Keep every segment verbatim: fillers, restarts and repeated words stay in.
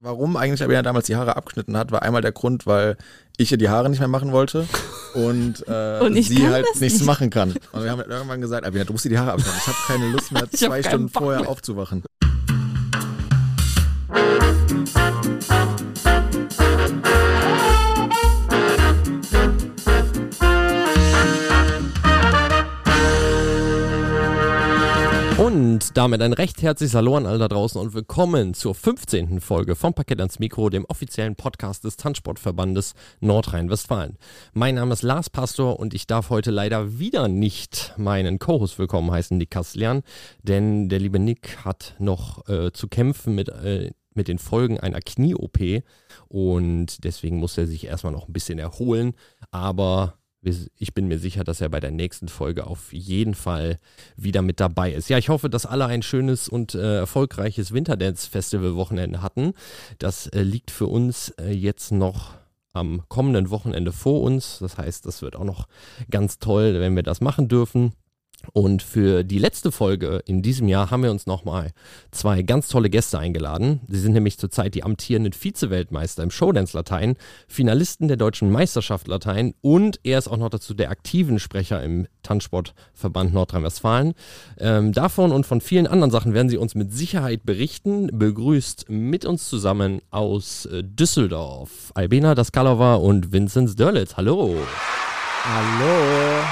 Warum eigentlich Albina damals die Haare abgeschnitten hat, war einmal der Grund, weil ich ihr die Haare nicht mehr machen wollte und, äh, und sie halt nichts nicht. machen kann. Und wir haben halt irgendwann gesagt, Albina, du musst dir die Haare abschneiden. Ich habe keine Lust mehr, zwei Stunden vorher mehr. aufzuwachen. Und damit ein recht herzliches Hallo an alle da draußen und willkommen zur fünfzehnten Folge vom Parkett ans Mikro, dem offiziellen Podcast des Tanzsportverbandes Nordrhein-Westfalen. Mein Name ist Lars Pastor und ich darf heute leider wieder nicht meinen Co-Host willkommen heißen, Nick Kastlian, denn der liebe Nick hat noch äh, zu kämpfen mit, äh, mit den Folgen einer Knie-O P und deswegen muss er sich erstmal noch ein bisschen erholen, aber ich bin mir sicher, dass er bei der nächsten Folge auf jeden Fall wieder mit dabei ist. Ja, ich hoffe, dass alle ein schönes und äh, erfolgreiches Winterdance-Festival-Wochenende hatten. Das äh, liegt für uns äh, jetzt noch am kommenden Wochenende vor uns. Das heißt, das wird auch noch ganz toll, wenn wir das machen dürfen. Und für die letzte Folge in diesem Jahr haben wir uns nochmal zwei ganz tolle Gäste eingeladen. Sie sind nämlich zurzeit die amtierenden Vize-Weltmeister im Showdance Latein, Finalisten der Deutschen Meisterschaft Latein und er ist auch noch dazu der aktiven Sprecher im Tanzsportverband Nordrhein-Westfalen. Ähm, davon und von vielen anderen Sachen werden sie uns mit Sicherheit berichten. Begrüßt mit uns zusammen aus äh, Düsseldorf Albina Daskalova und Vinzenz Dörlitz. Hallo. Hallo.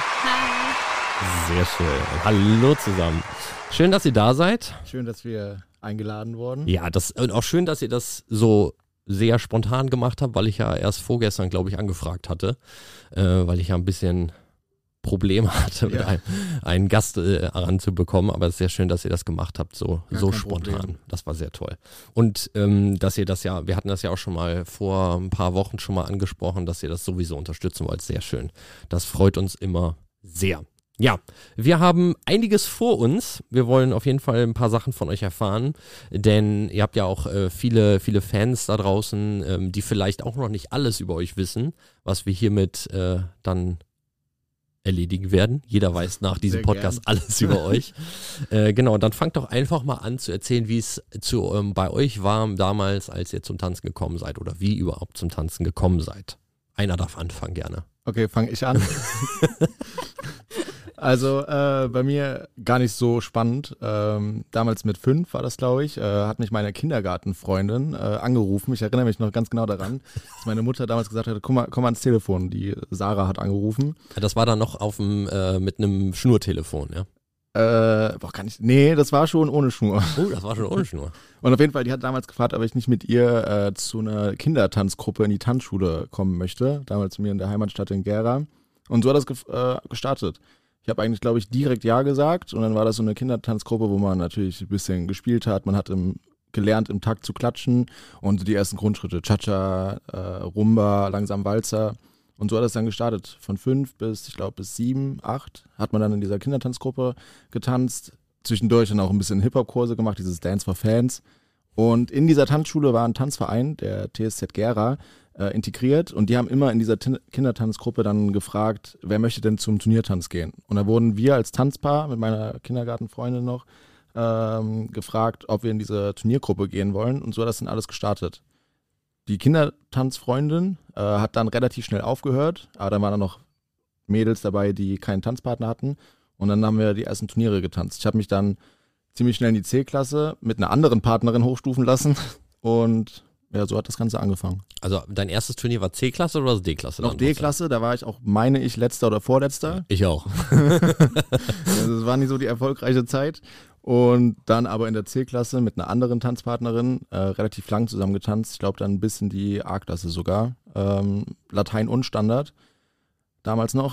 Sehr schön. Hallo zusammen. Schön, dass ihr da seid. Schön, dass wir eingeladen wurden. Ja, das, und auch schön, dass ihr das so sehr spontan gemacht habt, weil ich ja erst vorgestern, glaube ich, angefragt hatte, äh, weil ich ja ein bisschen Probleme hatte, ja. mit einem, einen Gast äh, ranzubekommen. Aber es ist sehr schön, dass ihr das gemacht habt, so, so spontan. Problem. Das war sehr toll. Und ähm, dass ihr das ja, wir hatten das ja auch schon mal vor ein paar Wochen schon mal angesprochen, dass ihr das sowieso unterstützen wollt. Sehr schön. Das freut uns immer sehr. Ja, wir haben einiges vor uns. Wir wollen auf jeden Fall ein paar Sachen von euch erfahren, denn ihr habt ja auch äh, viele, viele Fans da draußen, ähm, die vielleicht auch noch nicht alles über euch wissen, was wir hiermit äh, dann erledigen werden. Jeder weiß nach diesem Sehr Podcast gern. alles über euch. Äh, genau, dann fangt doch einfach mal an zu erzählen, wie es zu ähm, bei euch war damals, als ihr zum Tanzen gekommen seid oder wie ihr überhaupt zum Tanzen gekommen seid. Einer darf anfangen gerne. Okay, fange ich an. Also äh, bei mir gar nicht so spannend. Ähm, damals mit fünf war das, glaube ich, äh, hat mich meine Kindergartenfreundin äh, angerufen. Ich erinnere mich noch ganz genau daran, dass meine Mutter damals gesagt hat, komm mal, komm mal ans Telefon. Die Sarah hat angerufen. Das war dann noch auf dem, äh, mit einem Schnurtelefon, ja? Äh, boah, kann ich, nee, das war schon ohne Schnur. Oh, das war schon ohne Schnur. Und auf jeden Fall, die hat damals gefragt, ob ich nicht mit ihr äh, zu einer Kindertanzgruppe in die Tanzschule kommen möchte. Damals zu mir in der Heimatstadt in Gera. Und so hat das ge- äh, gestartet. Ich habe eigentlich, glaube ich, direkt Ja gesagt und dann war das so eine Kindertanzgruppe, wo man natürlich ein bisschen gespielt hat. Man hat im, gelernt, im Takt zu klatschen und die ersten Grundschritte, Cha-Cha, äh, Rumba, langsam Walzer. Und so hat das dann gestartet. Von fünf bis, ich glaube, bis sieben, acht hat man dann in dieser Kindertanzgruppe getanzt. Zwischendurch dann auch ein bisschen Hip-Hop-Kurse gemacht, dieses Dance for Fans. Und in dieser Tanzschule war ein Tanzverein, der T S Z Gera, äh, integriert. Und die haben immer in dieser T- Kindertanzgruppe dann gefragt, wer möchte denn zum Turniertanz gehen? Und da wurden wir als Tanzpaar mit meiner Kindergartenfreundin noch ähm, gefragt, ob wir in diese Turniergruppe gehen wollen. Und so hat das dann alles gestartet. Die Kindertanzfreundin äh, hat dann relativ schnell aufgehört, aber dann waren dann noch Mädels dabei, die keinen Tanzpartner hatten. Und dann haben wir die ersten Turniere getanzt. Ich habe mich dann ziemlich schnell in die C-Klasse mit einer anderen Partnerin hochstufen lassen und ja, so hat das Ganze angefangen. Also dein erstes Turnier war C-Klasse oder D-Klasse? Noch D-Klasse, da war ich auch, meine ich, letzter oder vorletzter. Ich auch. Also das war nicht so die erfolgreiche Zeit. Und dann aber in der C-Klasse mit einer anderen Tanzpartnerin äh, relativ lang zusammen getanzt. Ich glaube dann bis in die A-Klasse sogar. Ähm, Latein und Standard damals noch.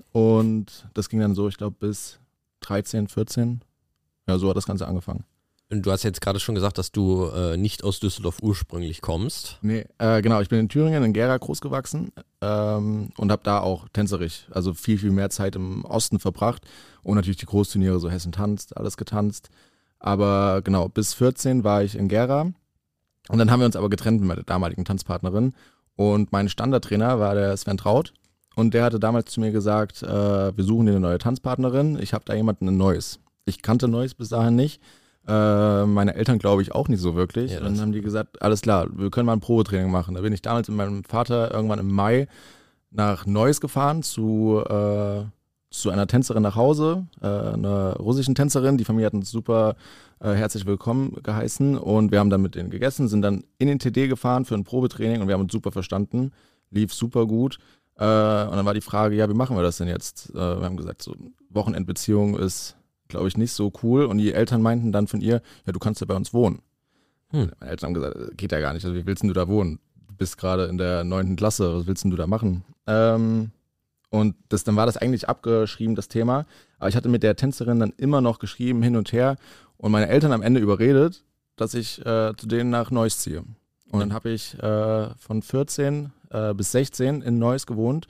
Und das ging dann so, ich glaube bis dreizehn, vierzehn. Ja, so hat das Ganze angefangen. Und du hast jetzt gerade schon gesagt, dass du äh, nicht aus Düsseldorf ursprünglich kommst. Nee, äh, genau. Ich bin in Thüringen, in Gera groß gewachsen ähm, und habe da auch tänzerisch, also viel, viel mehr Zeit im Osten verbracht. Und natürlich die Großturniere, so Hessen tanzt, alles getanzt. Aber genau, bis vierzehn war ich in Gera. Und dann haben wir uns aber getrennt mit meiner damaligen Tanzpartnerin. Und mein Standardtrainer war der Sven Traut. Und der hatte damals zu mir gesagt, äh, wir suchen dir eine neue Tanzpartnerin. Ich habe da jemanden ein Neues. Ich kannte Neues bis dahin nicht. Äh, meine Eltern glaube ich auch nicht so wirklich. Ja, und dann haben die gesagt, alles klar, wir können mal ein Probetraining machen. Da bin ich damals mit meinem Vater irgendwann im Mai nach Neuss gefahren zu, äh, zu einer Tänzerin nach Hause, äh, einer russischen Tänzerin. Die Familie hat uns super äh, herzlich willkommen geheißen und wir haben dann mit denen gegessen, sind dann in den T D gefahren für ein Probetraining und wir haben uns super verstanden, lief super gut. Äh, und dann war die Frage, ja, wie machen wir das denn jetzt? Äh, wir haben gesagt, so Wochenendbeziehung ist, glaube ich, nicht so cool. Und die Eltern meinten dann von ihr, ja, du kannst ja bei uns wohnen. Hm. Meine Eltern haben gesagt, geht ja gar nicht, also wie willst denn du da wohnen? Du bist gerade in der neunten Klasse, was willst denn du da machen? Ähm, und das, dann war das eigentlich abgeschrieben, das Thema. Aber ich hatte mit der Tänzerin dann immer noch geschrieben, hin und her. Und meine Eltern am Ende überredet, dass ich äh, zu denen nach Neuss ziehe. Und dann habe ich äh, von vierzehn äh, bis sechzehn in Neuss gewohnt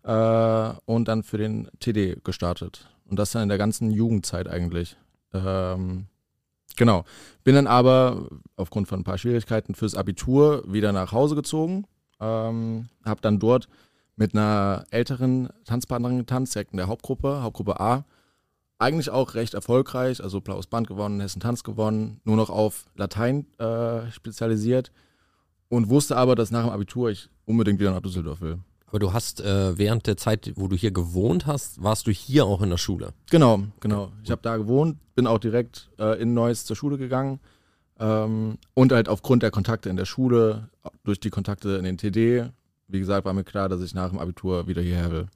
äh, und dann für den T D gestartet. Und das dann in der ganzen Jugendzeit eigentlich. Ähm, genau. Bin dann aber aufgrund von ein paar Schwierigkeiten fürs Abitur wieder nach Hause gezogen. Ähm, habe dann dort mit einer älteren Tanzpartnerin getanzt, direkt in der Hauptgruppe, Hauptgruppe A. Eigentlich auch recht erfolgreich, also Blaues Band gewonnen, Hessen Tanz gewonnen, nur noch auf Latein äh, spezialisiert. Und wusste aber, dass nach dem Abitur ich unbedingt wieder nach Düsseldorf will. Aber du hast äh, während der Zeit, wo du hier gewohnt hast, warst du hier auch in der Schule? Genau, genau. Ich habe da gewohnt, bin auch direkt äh, in Neuss zur Schule gegangen. Ähm, und halt aufgrund der Kontakte in der Schule, durch die Kontakte in den T D, wie gesagt, war mir klar, dass ich nach dem Abitur wieder hierher will.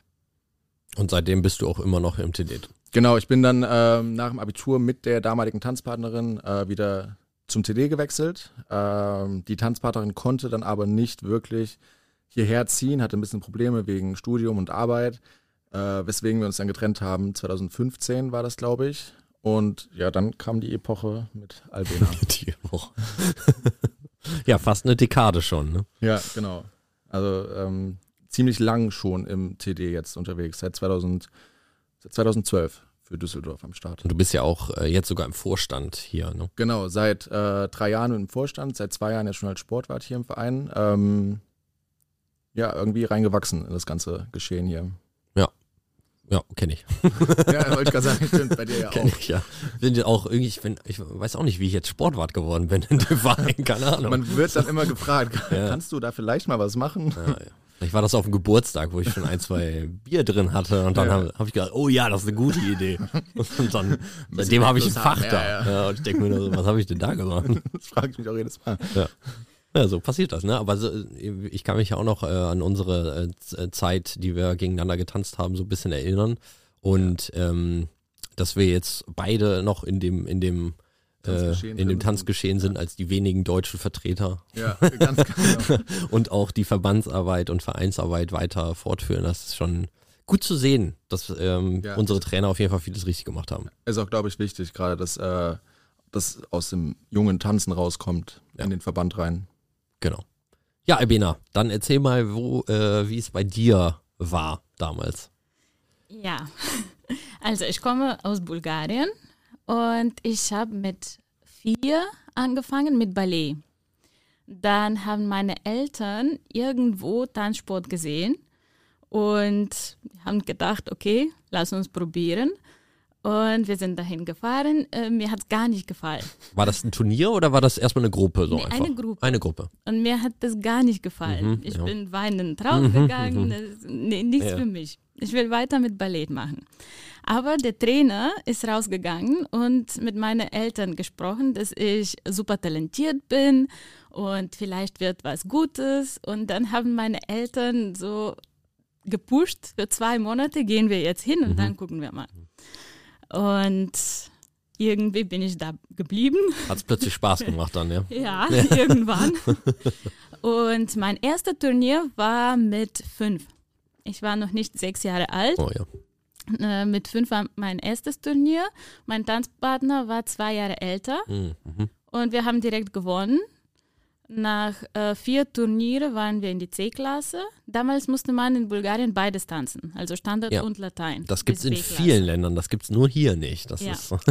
Und seitdem bist du auch immer noch im T D? Genau, ich bin dann ähm, nach dem Abitur mit der damaligen Tanzpartnerin äh, wieder zum T D gewechselt. Ähm, die Tanzpartnerin konnte dann aber nicht wirklich hierher ziehen, hatte ein bisschen Probleme wegen Studium und Arbeit, äh, weswegen wir uns dann getrennt haben. zwanzig fünfzehn war das, glaube ich. Und ja, dann kam die Epoche mit Albena. Die Epoche. Ja, fast eine Dekade schon, ne? Ja, genau. Also ähm, ziemlich lang schon im T D jetzt unterwegs, seit, zweitausend, seit zweitausendzwölf für Düsseldorf am Start. Und du bist ja auch äh, jetzt sogar im Vorstand hier, ne? Genau, seit äh, drei Jahren im Vorstand, seit zwei Jahren ja schon als Sportwart hier im Verein. Ähm, ja, irgendwie reingewachsen in das ganze Geschehen hier. Ja, ja, kenne ich. Ja, wollte ich gerade sagen, stimmt, bei dir ja Kenn auch. ich, ja. Bin ja auch irgendwie, ich, bin, ich weiß auch nicht, wie ich jetzt Sportwart geworden bin in dem Verein, keine Ahnung. Man wird dann immer gefragt, Ja. kannst du da vielleicht mal was machen? Ja, ja. Vielleicht war das auf dem Geburtstag, wo ich schon ein, zwei Bier drin hatte und dann Ja. habe hab ich gedacht, oh ja, das ist eine gute Idee. Und dann, seitdem habe ich ein Einfluss Fach haben, da. ja, ja. Ja, und ich denke mir nur so, was habe ich denn da gemacht? Das frage ich mich auch jedes Mal. Ja. Ja, so passiert das, ne? Aber so, ich kann mich ja auch noch äh, an unsere äh, Zeit, die wir gegeneinander getanzt haben, so ein bisschen erinnern. Und ähm, dass wir jetzt beide noch in dem, in dem äh, Tanzgeschehen in dem drin Tanzgeschehen sind als die wenigen deutschen Vertreter. Ja, ganz genau. Und auch die Verbandsarbeit und Vereinsarbeit weiter fortführen. Das ist schon gut zu sehen, dass ähm, Ja. unsere Trainer auf jeden Fall vieles richtig gemacht haben. Ist auch, glaube ich, wichtig, gerade, dass äh, das aus dem jungen Tanzen rauskommt Ja. in den Verband rein. Genau. Ja, Albena, dann erzähl mal, wo, äh, wie es bei dir war damals. Ja, also ich komme aus Bulgarien und ich habe mit vier angefangen mit Ballet. Dann haben meine Eltern irgendwo Tanzsport gesehen und haben gedacht, okay, lass uns probieren. Und wir sind dahin gefahren. Äh, mir hat es gar nicht gefallen. War das ein Turnier oder war das erstmal eine Gruppe? So Nee, einfach? eine Gruppe. Eine Gruppe. Und mir hat das gar nicht gefallen. Mhm, ich ja. bin weinend rausgegangen. Mhm, Das, nee, nichts Ja. für mich. Ich will weiter mit Ballett machen. Aber der Trainer ist rausgegangen und mit meinen Eltern gesprochen, dass ich super talentiert bin und vielleicht wird was Gutes. Und dann haben meine Eltern so gepusht, für zwei Monate gehen wir jetzt hin und Mhm. dann gucken wir mal. Und irgendwie bin ich da geblieben. Hat es plötzlich Spaß gemacht dann, ja? Ja, irgendwann. Und mein erstes Turnier war mit fünf. Ich war noch nicht sechs Jahre alt. Oh ja. Äh, mit fünf war mein erstes Turnier. Mein Tanzpartner war zwei Jahre älter Mhm. Mhm. und wir haben direkt gewonnen. Nach äh, vier Turniere waren wir in die C-Klasse. Damals musste man in Bulgarien beides tanzen, also Standard Ja. und Latein. Das gibt es bis in B-Klasse. vielen Ländern, das gibt es nur hier nicht. Das Ja. ist,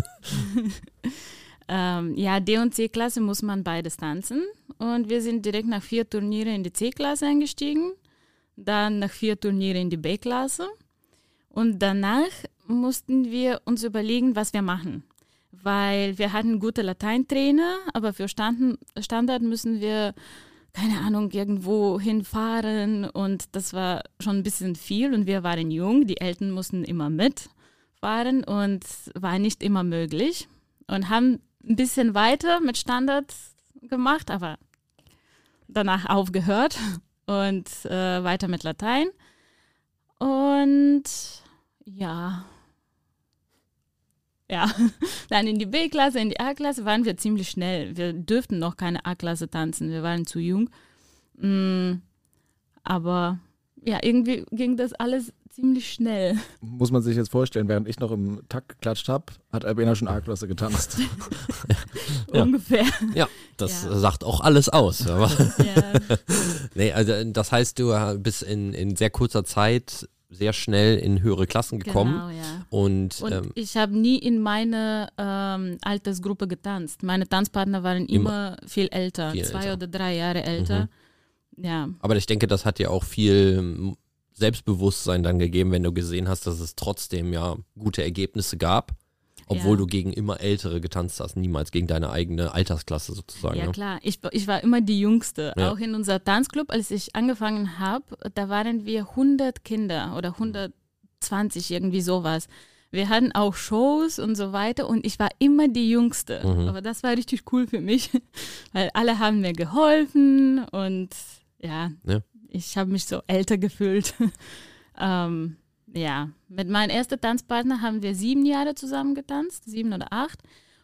Ähm, ja, D- und C-Klasse muss man beides tanzen. Und wir sind direkt nach vier Turnieren in die C-Klasse eingestiegen. Dann nach vier Turnieren in die B-Klasse. Und danach mussten wir uns überlegen, was wir machen. weil wir hatten gute Lateintrainer, aber für Stand, Standard müssen wir, keine Ahnung, irgendwo hinfahren und das war schon ein bisschen viel und wir waren jung, die Eltern mussten immer mitfahren und war nicht immer möglich und haben ein bisschen weiter mit Standard gemacht, aber danach aufgehört und äh, weiter mit Latein. Und ja, ja, dann in die B-Klasse, in die A-Klasse waren wir ziemlich schnell. Wir dürften noch keine A-Klasse tanzen, wir waren zu jung. Mm, aber ja, irgendwie ging das alles ziemlich schnell. Muss man sich jetzt vorstellen, während ich noch im Takt geklatscht habe, hat Albena schon A-Klasse getanzt. Ja. Ungefähr. Ja, das Ja. sagt auch alles aus. Aber Ja. nee, also das heißt, du bist in, in sehr kurzer Zeit sehr schnell in höhere Klassen gekommen. Genau, ja. Und, Und ähm, ich habe nie in meiner ähm, Altersgruppe getanzt. Meine Tanzpartner waren immer, immer viel älter, viel zwei älter. oder drei Jahre älter. Mhm. Ja. aber ich denke, das hat dir auch viel Selbstbewusstsein dann gegeben, wenn du gesehen hast, dass es trotzdem ja gute Ergebnisse gab, obwohl Ja. du gegen immer Ältere getanzt hast, niemals gegen deine eigene Altersklasse sozusagen. Ja ne? klar, ich, ich war immer die Jüngste. Ja. Auch in unser Tanzclub, als ich angefangen habe, da waren wir hundert Kinder oder hundertzwanzig, irgendwie sowas. Wir hatten auch Shows und so weiter und ich war immer die Jüngste. Mhm. Aber das war richtig cool für mich, weil alle haben mir geholfen und ja, Ja. ich habe mich so älter gefühlt. ähm, ja, mit meinem ersten Tanzpartner haben wir sieben Jahre zusammen getanzt, sieben oder acht.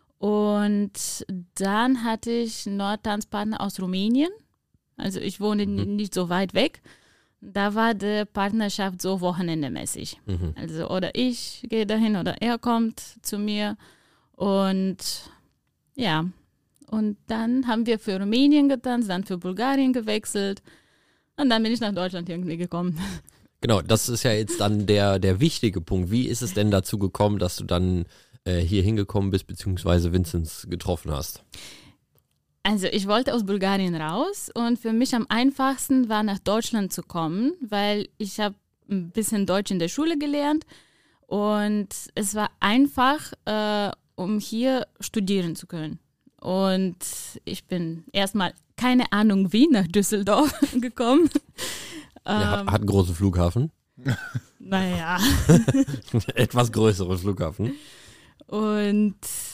Und dann hatte ich noch Tanzpartner aus Rumänien. Also ich wohne Mhm. nicht so weit weg. Da war die Partnerschaft so wochenendemäßig. Mhm. Also oder ich gehe dahin oder er kommt zu mir. Und ja, und dann haben wir für Rumänien getanzt, dann für Bulgarien gewechselt. Und dann bin ich nach Deutschland irgendwie gekommen. Genau, das ist ja jetzt dann der, der wichtige Punkt. Wie ist es denn dazu gekommen, dass du dann äh, hier hingekommen bist, beziehungsweise Vinzenz getroffen hast? Also ich wollte aus Bulgarien raus und für mich am einfachsten war, nach Deutschland zu kommen, weil ich habe ein bisschen Deutsch in der Schule gelernt und es war einfach, äh, um hier studieren zu können. Und ich bin erstmal, keine Ahnung wie, nach Düsseldorf gekommen. Ja, hat, Ähm, hat einen großen Flughafen. naja. Etwas größeren Flughafen. Und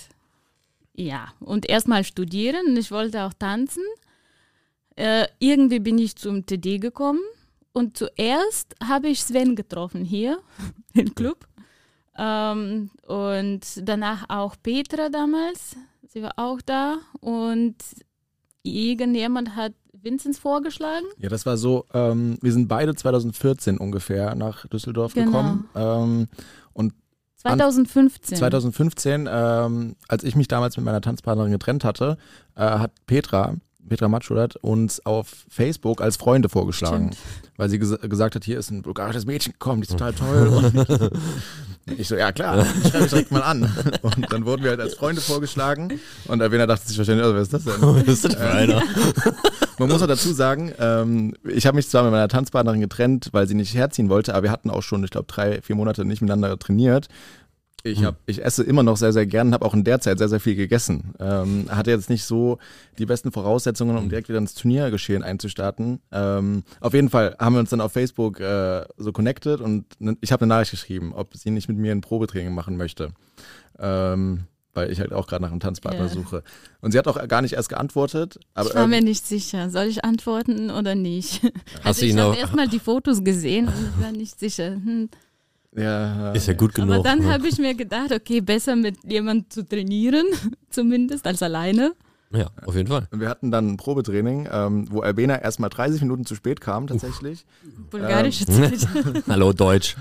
ja, und erstmal studieren. Ich wollte auch tanzen. Äh, irgendwie bin ich zum T D gekommen. Und zuerst habe ich Sven getroffen hier im Club. Ähm, und danach auch Petra damals. Sie war auch da. Und irgendjemand hat Vinzenz vorgeschlagen. Ja, das war so, ähm, wir sind beide zwanzig vierzehn ungefähr nach Düsseldorf Genau. gekommen. Ähm, und zwanzig fünfzehn. zwanzig fünfzehn, ähm, als ich mich damals mit meiner Tanzpartnerin getrennt hatte, äh, hat Petra, Petra Matschulat, uns auf Facebook als Freunde vorgeschlagen. Stimmt. Weil sie ges- gesagt hat, hier ist ein bulgarisches Mädchen gekommen, die ist total toll. Und ich so, ja klar, ich schreibe mich direkt mal an. Und dann wurden wir halt als Freunde vorgeschlagen. Und Alvena dachte sich wahrscheinlich, oh, wer ist das denn? Was ist das für einer? Man muss auch dazu sagen, ähm, ich habe mich zwar mit meiner Tanzpartnerin getrennt, weil sie nicht herziehen wollte, aber wir hatten auch schon, ich glaube, drei, vier Monate nicht miteinander trainiert. Ich, hab, ich esse immer noch sehr, sehr gern und habe auch in der Zeit sehr, sehr viel gegessen. Ähm, hatte jetzt nicht so die besten Voraussetzungen, um direkt wieder ins Turniergeschehen einzustarten. Ähm, auf jeden Fall haben wir uns dann auf Facebook äh, so connected und ne, ich habe eine Nachricht geschrieben, ob sie nicht mit mir ein Probetraining machen möchte. Ähm, weil ich halt auch gerade nach einem Tanzpartner Ja. suche. Und sie hat auch gar nicht erst geantwortet. Aber Ich war irgendwie- mir nicht sicher, soll ich antworten oder nicht. Hast Also du ich ihn habe noch- erstmal die Fotos gesehen und ich war nicht sicher. Hm. ja, Ist ja gut genug. Aber dann ne? habe ich mir gedacht, okay, besser mit jemandem zu trainieren, zumindest als alleine. Ja, auf jeden Fall. Und wir hatten dann ein Probetraining, ähm, wo Albena erstmal dreißig Minuten zu spät kam, tatsächlich. Bulgarische Ähm. Zeit. Hallo Deutsch.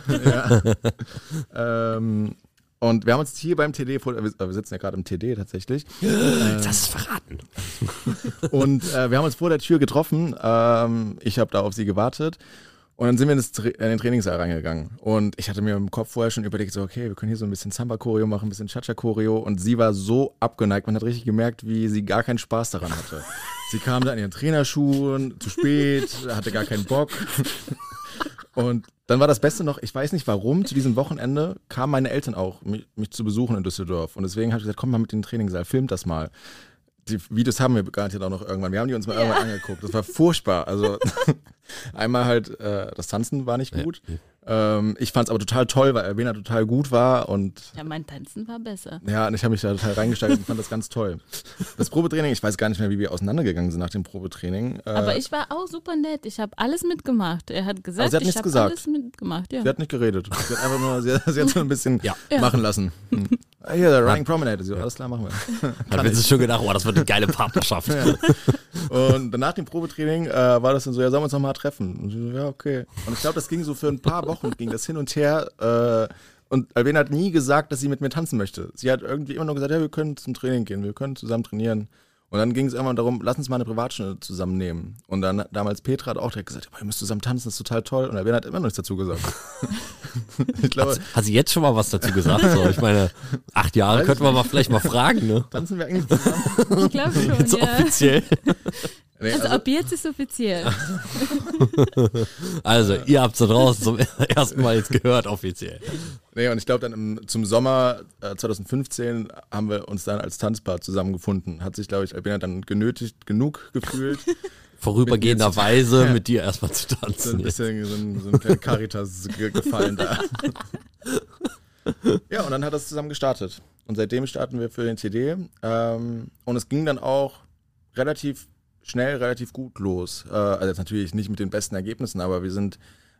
ähm, und wir haben uns hier beim T D, vor, wir wir sitzen ja gerade im T D tatsächlich, Das ist verraten. und äh, wir haben uns vor der Tür getroffen. Ähm, ich habe da auf sie gewartet. Und dann sind wir in, das Tra in den Trainingssaal reingegangen. Und ich hatte mir im Kopf vorher schon überlegt, so okay, wir können hier so ein bisschen Samba-Choreo machen, ein bisschen Cha-Cha-Choreo. Und sie war so abgeneigt, man hat richtig gemerkt, wie sie gar keinen Spaß daran hatte. Sie kam da in ihren Trainerschuhen, zu spät, hatte gar keinen Bock. Und dann war das Beste noch, ich weiß nicht warum, zu diesem Wochenende kamen meine Eltern auch, mich, mich zu besuchen in Düsseldorf. Und deswegen habe ich gesagt, komm mal mit in den Trainingssaal, filmt das mal. Die Videos haben wir garantiert auch noch irgendwann. Wir haben die uns mal ja. irgendwann angeguckt. Das war furchtbar. Also einmal halt, äh, das Tanzen war nicht gut. Ja. Ähm, ich fand es aber total toll, weil Alvena total gut war. Und ja, mein Tanzen war besser. Ja, und ich habe mich da total reingesteigert und fand das ganz toll. Das Probetraining, ich weiß gar nicht mehr, wie wir auseinandergegangen sind nach dem Probetraining. Äh, aber ich war auch super nett. Ich habe alles mitgemacht. Er hat gesagt, sie hat ich habe alles mitgemacht. Ja. Sie hat nicht geredet. Sie hat einfach nur, sie hat, sie hat so ein bisschen ja. machen lassen. Hm. Hier, der Running Promenade. So, alles klar, machen wir. Dann wird sie schon gedacht, oh, das wird eine geile Partnerschaft. Ja. Und danach dem Probetraining äh, war das dann so, ja, sollen wir uns nochmal treffen? Und ich so, ja, okay. Und ich glaube, das ging so für ein paar Wochen, ging das hin und her. Äh, und Alvena hat nie gesagt, dass sie mit mir tanzen möchte. Sie hat irgendwie immer nur gesagt, ja, wir können zum Training gehen, wir können zusammen trainieren. Und dann ging es irgendwann darum, lass uns mal eine Privatstunde zusammennehmen. Und dann damals Petra hat auch direkt gesagt, ihr müsst zusammen tanzen, das ist total toll. Und Alvena hat immer noch nichts dazu gesagt. Ich glaube, hat, hat sie jetzt schon mal was dazu gesagt? So, ich meine, acht Jahre könnten wir mal vielleicht mal fragen, ne? Tanzen wir eigentlich zusammen? Ich glaube schon, jetzt ja. offiziell. Nee, also, also ab jetzt ist offiziell. Also, ihr habt es da draußen zum ersten Mal jetzt gehört, offiziell. Nee, und ich glaube dann im, zum Sommer äh, zwanzig fünfzehn haben wir uns dann als Tanzpaar zusammengefunden. Hat sich, glaube ich, Alvena dann genötigt genug gefühlt. Vorübergehenderweise mit, ja. mit dir erstmal zu tanzen. So ein bisschen so ein, so ein kleiner Caritas gefallen da. Ja, und dann hat das zusammen gestartet. Und seitdem starten wir für den T D. Ähm, und es ging dann auch relativ schnell, relativ gut los. Äh, also jetzt natürlich nicht mit den besten Ergebnissen, aber wir sind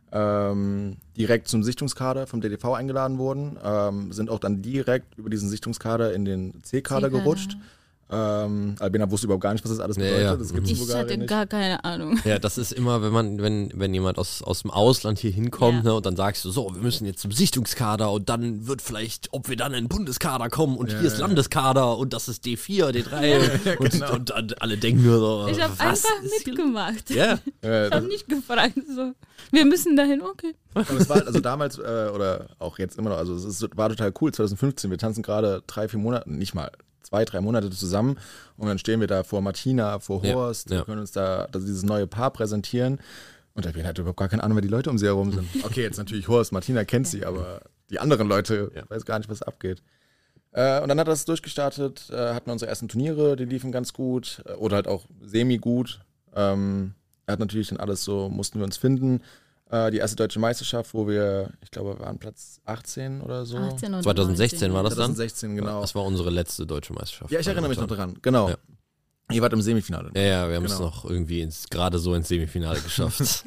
ähm, direkt zum Sichtungskader vom D D V eingeladen worden, ähm, sind auch dann direkt über diesen Sichtungskader in den C-Kader gerutscht. Ähm, Alvena wusste überhaupt gar nicht, was das alles bedeutet. Ja, ja. Das gibt's in Bulgarien Ich hatte nicht. gar keine Ahnung. Ja, das ist immer, wenn man, wenn, wenn jemand aus, aus dem Ausland hier hinkommt, ja. ne, und dann sagst du, so, wir müssen jetzt zum Sichtungskader und dann wird vielleicht, ob wir dann in den Bundeskader kommen und ja, hier ist ja. Landeskader und das ist D vier, D drei ja, und, genau. und, und alle denken nur so, Ich habe einfach mitgemacht. Ja. Ja, ich habe nicht gefragt, so, wir müssen dahin, okay. Und es war also damals äh, oder auch jetzt immer noch, also es ist, war total cool, zwanzig fünfzehn, wir tanzen gerade drei, vier Monate, nicht mal, zwei, drei Monate zusammen und dann stehen wir da vor Martina, vor Horst, ja, ja. wir können uns da also dieses neue Paar präsentieren und Alvena hat überhaupt gar keine Ahnung, wer die Leute um sie herum sind. Okay, jetzt natürlich Horst, Martina kennt sie, aber die anderen Leute, ja. weiß gar nicht, was abgeht. Äh, und dann hat das durchgestartet, äh, hatten wir unsere ersten Turniere, die liefen ganz gut äh, oder halt auch semi-gut. Ähm, hat natürlich dann alles so, mussten wir uns finden. Die erste deutsche Meisterschaft, wo wir, ich glaube, wir waren Platz achtzehn oder so. achtzehn oder zwanzig sechzehn war das dann? zwanzig sechzehn, genau. Das war unsere letzte deutsche Meisterschaft. Ja, ich erinnere mich noch dran, genau. Ja. Ihr wart im Semifinale. Ja, ja, wir haben genau. es noch irgendwie ins, gerade so ins Semifinale geschafft.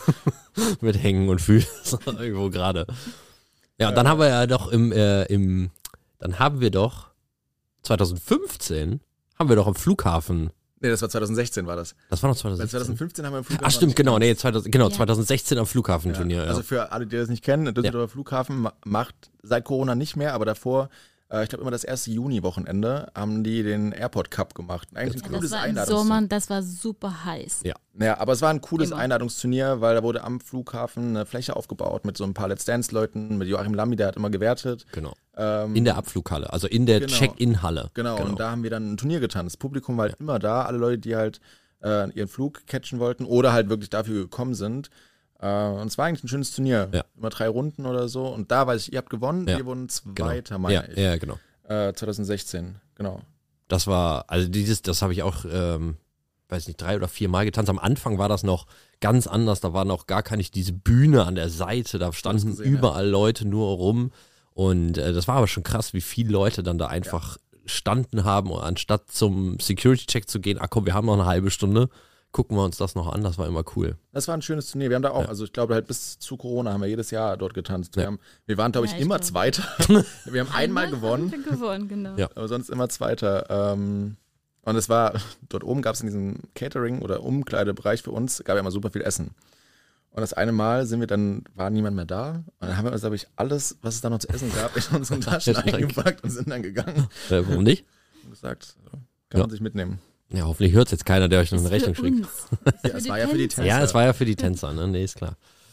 Mit Hängen und Füßen irgendwo gerade. Ja, und dann haben wir ja doch im, äh, im, dann haben wir doch zwanzig fünfzehn haben wir doch am Flughafen. Nee, das war zwanzig sechzehn war das. Das war noch zwanzig sechzehn. zwanzig fünfzehn haben wir im Flughafen. Ach stimmt, genau, nee, zweitausend, genau, ja. zwanzig sechzehn am Flughafenturnier. Ja. Ja. Also für alle, die das nicht kennen, der Düsseldorfer ja. Flughafen macht seit Corona nicht mehr, aber davor, äh, ich glaube immer das erste Juni-Wochenende, haben die den Airport Cup gemacht. Eigentlich ein ja, cooles das war im Einladungsturnier. Sommer, das war super heiß. Ja. Naja, aber es war ein cooles immer. Einladungsturnier, weil da wurde am Flughafen eine Fläche aufgebaut mit so ein paar Let's Dance-Leuten, mit Joachim Lambi, der hat immer gewertet. Genau. Ähm, in der Abflughalle, also in der genau. Check-in-Halle. Genau, genau, und da haben wir dann ein Turnier getanzt. Das Publikum war halt ja. immer da, alle Leute, die halt äh, ihren Flug catchen wollten oder halt wirklich dafür gekommen sind. Äh, und es war eigentlich ein schönes Turnier. Ja. Immer drei Runden oder so. Und da weiß ich, ihr habt gewonnen, ja. wir wurden Zweiter, genau. meine ja, ich. Ja, genau. Äh, zwanzig sechzehn, genau. Das war, also dieses, das habe ich auch, ähm, weiß nicht, drei oder vier Mal getanzt. Am Anfang war das noch ganz anders, da war noch gar keine diese Bühne an der Seite, da standen gesehen, überall ja. Leute nur rum und äh, das war aber schon krass, wie viele Leute dann da einfach ja. standen haben und anstatt zum Security-Check zu gehen, ach komm, wir haben noch eine halbe Stunde, gucken wir uns das noch an, das war immer cool. Das war ein schönes Turnier, wir haben da auch, ja. also ich glaube halt bis zu Corona haben wir jedes Jahr dort getanzt. Wir, ja. haben, wir waren glaube ich, ja, ich immer glaub. Zweiter, wir haben einmal, einmal gewonnen, haben wir gewonnen genau. ja. aber sonst immer Zweiter. Ähm, und es war, dort oben gab es in diesem Catering- oder Umkleidebereich für uns, gab ja immer super viel Essen. Und das eine Mal sind wir dann, war niemand mehr da. Und dann haben wir uns, glaube ich, alles, was es da noch zu essen gab, in unseren Taschen eingepackt und sind dann gegangen. Äh, warum nicht? Und gesagt, kann man sich mitnehmen. Ja, hoffentlich hört es jetzt keiner, der euch noch eine Rechnung schickt. Ja, es war ja für die Tänzer. Ja, es war ja für die Tänzer, ne? Nee, ist klar.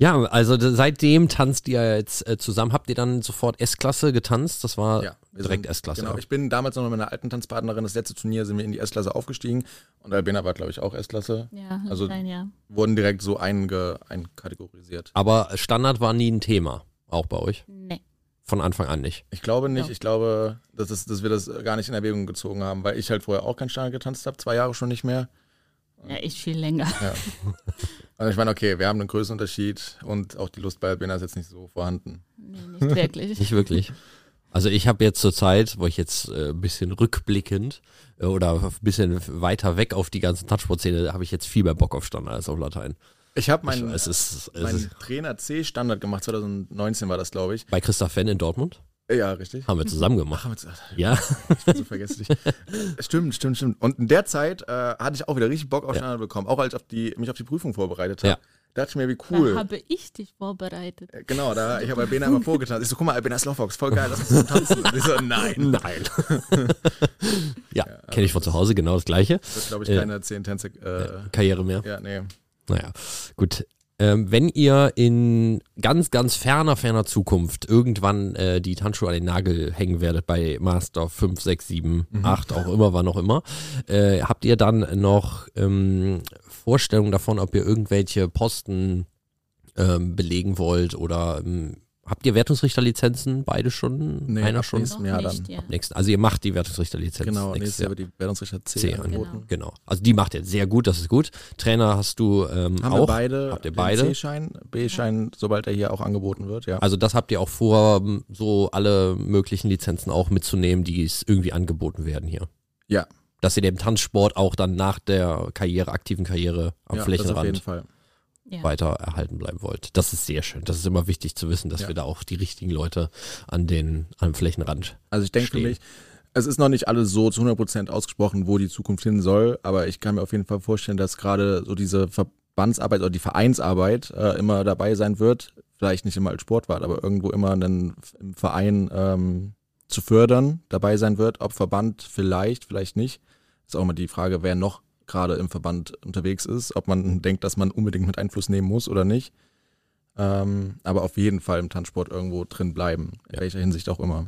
Ja, also d- seitdem tanzt ihr jetzt äh, zusammen. Habt ihr dann sofort S-Klasse getanzt? Das war Ja, wir direkt sind- S-Klasse. Genau, ja. ich bin damals noch mit meiner alten Tanzpartnerin, das letzte Turnier sind wir in die S-Klasse aufgestiegen und Albina war, glaube ich, auch S-Klasse. Ja, Also- sein, ja. Wurden direkt so einge, einkategorisiert. Aber Standard war nie ein Thema, auch bei euch? Nee. Von Anfang an nicht. Ich glaube nicht, Ja. ich glaube, dass, es, dass wir das gar nicht in Erwägung gezogen haben, weil ich halt vorher auch kein Standard getanzt habe, zwei Jahre schon nicht mehr. Ja, ich viel länger. Ja. Also ich meine, okay, wir haben einen Größenunterschied und auch die Lust bei Albina ist jetzt nicht so vorhanden. Nee, nicht wirklich. Nicht wirklich. Also ich habe jetzt zur Zeit, wo ich jetzt äh, ein bisschen rückblickend äh, oder ein bisschen weiter weg auf die ganzen Touchsport-Szene, habe ich jetzt viel mehr Bock auf Standard als auf Latein. Ich habe Ich, meinen es ist, es mein ist Trainer C-Standard gemacht, zwanzig neunzehn war das, glaube ich. bei Christoph Fenn in Dortmund. Ja, richtig. Haben wir zusammen gemacht. Ach, jetzt- Ja. ich bin so vergesslich. Stimmt, stimmt, stimmt. Und in der Zeit äh, hatte ich auch wieder richtig Bock auf Ja. Standard bekommen, auch als ich auf die, mich auf die Prüfung vorbereitet habe. Ja. Da dachte ich mir, wie Da cool. habe ich dich vorbereitet. Äh, Genau, da, ich habe Albina immer vorgetanzt. Ich so, guck mal, Albina Slowfox, voll geil, lass uns so tanzen. Und ich so, nein. Nein. ja, kenne ich von zu Hause, genau das gleiche. Das ist, glaube ich, Äh, keine zehn Tänze. Äh, Karriere mehr. ja, nee. Naja, gut. Ähm, wenn ihr in ganz, ganz ferner, ferner Zukunft irgendwann äh, die Tanzschuhe an den Nagel hängen werdet bei Master fünf, sechs, sieben, acht, auch immer, wann auch immer, äh, habt ihr dann noch ähm, Vorstellungen davon, ob ihr irgendwelche Posten ähm, belegen wollt oder ähm, habt ihr Wertungsrichterlizenzen? Beide schon? Nee, Einer ab schon? nächstem Noch Jahr nicht, dann. ja. Nächsten. Also ihr macht die Wertungsrichterlizenz. Genau, nächstes nächstes Jahr Jahr. wird die Wertungsrichter C, C angeboten. Genau. Also die macht ihr sehr gut, das ist gut. Trainer hast du ähm, Haben auch. wir beide, Habt ihr den beide? C-Schein, B-Schein, sobald er hier auch angeboten wird, ja. Also das habt ihr auch vor, so alle möglichen Lizenzen auch mitzunehmen, die es irgendwie angeboten werden hier. Ja. Dass ihr dem Tanzsport auch dann nach der Karriere, aktiven Karriere am ja, das auf jeden Flächenrand Fall. Ja. weiter erhalten bleiben wollt. Das ist sehr schön. Das ist immer wichtig zu wissen, dass Ja. wir da auch die richtigen Leute an den am Flächenrand. Also ich denke für stehen. mich, es ist noch nicht alles so zu hundert Prozent ausgesprochen, wo die Zukunft hin soll, aber ich kann mir auf jeden Fall vorstellen, dass gerade so diese Verbandsarbeit oder die Vereinsarbeit äh, immer dabei sein wird, vielleicht nicht immer als Sportwart, aber irgendwo immer einen im Verein ähm, zu fördern, dabei sein wird, ob Verband vielleicht, vielleicht nicht. Ist auch immer die Frage, wer noch gerade im Verband unterwegs ist, ob man denkt, dass man unbedingt mit Einfluss nehmen muss oder nicht. Ähm, aber auf jeden Fall im Tanzsport irgendwo drin bleiben, in Ja. welcher Hinsicht auch immer.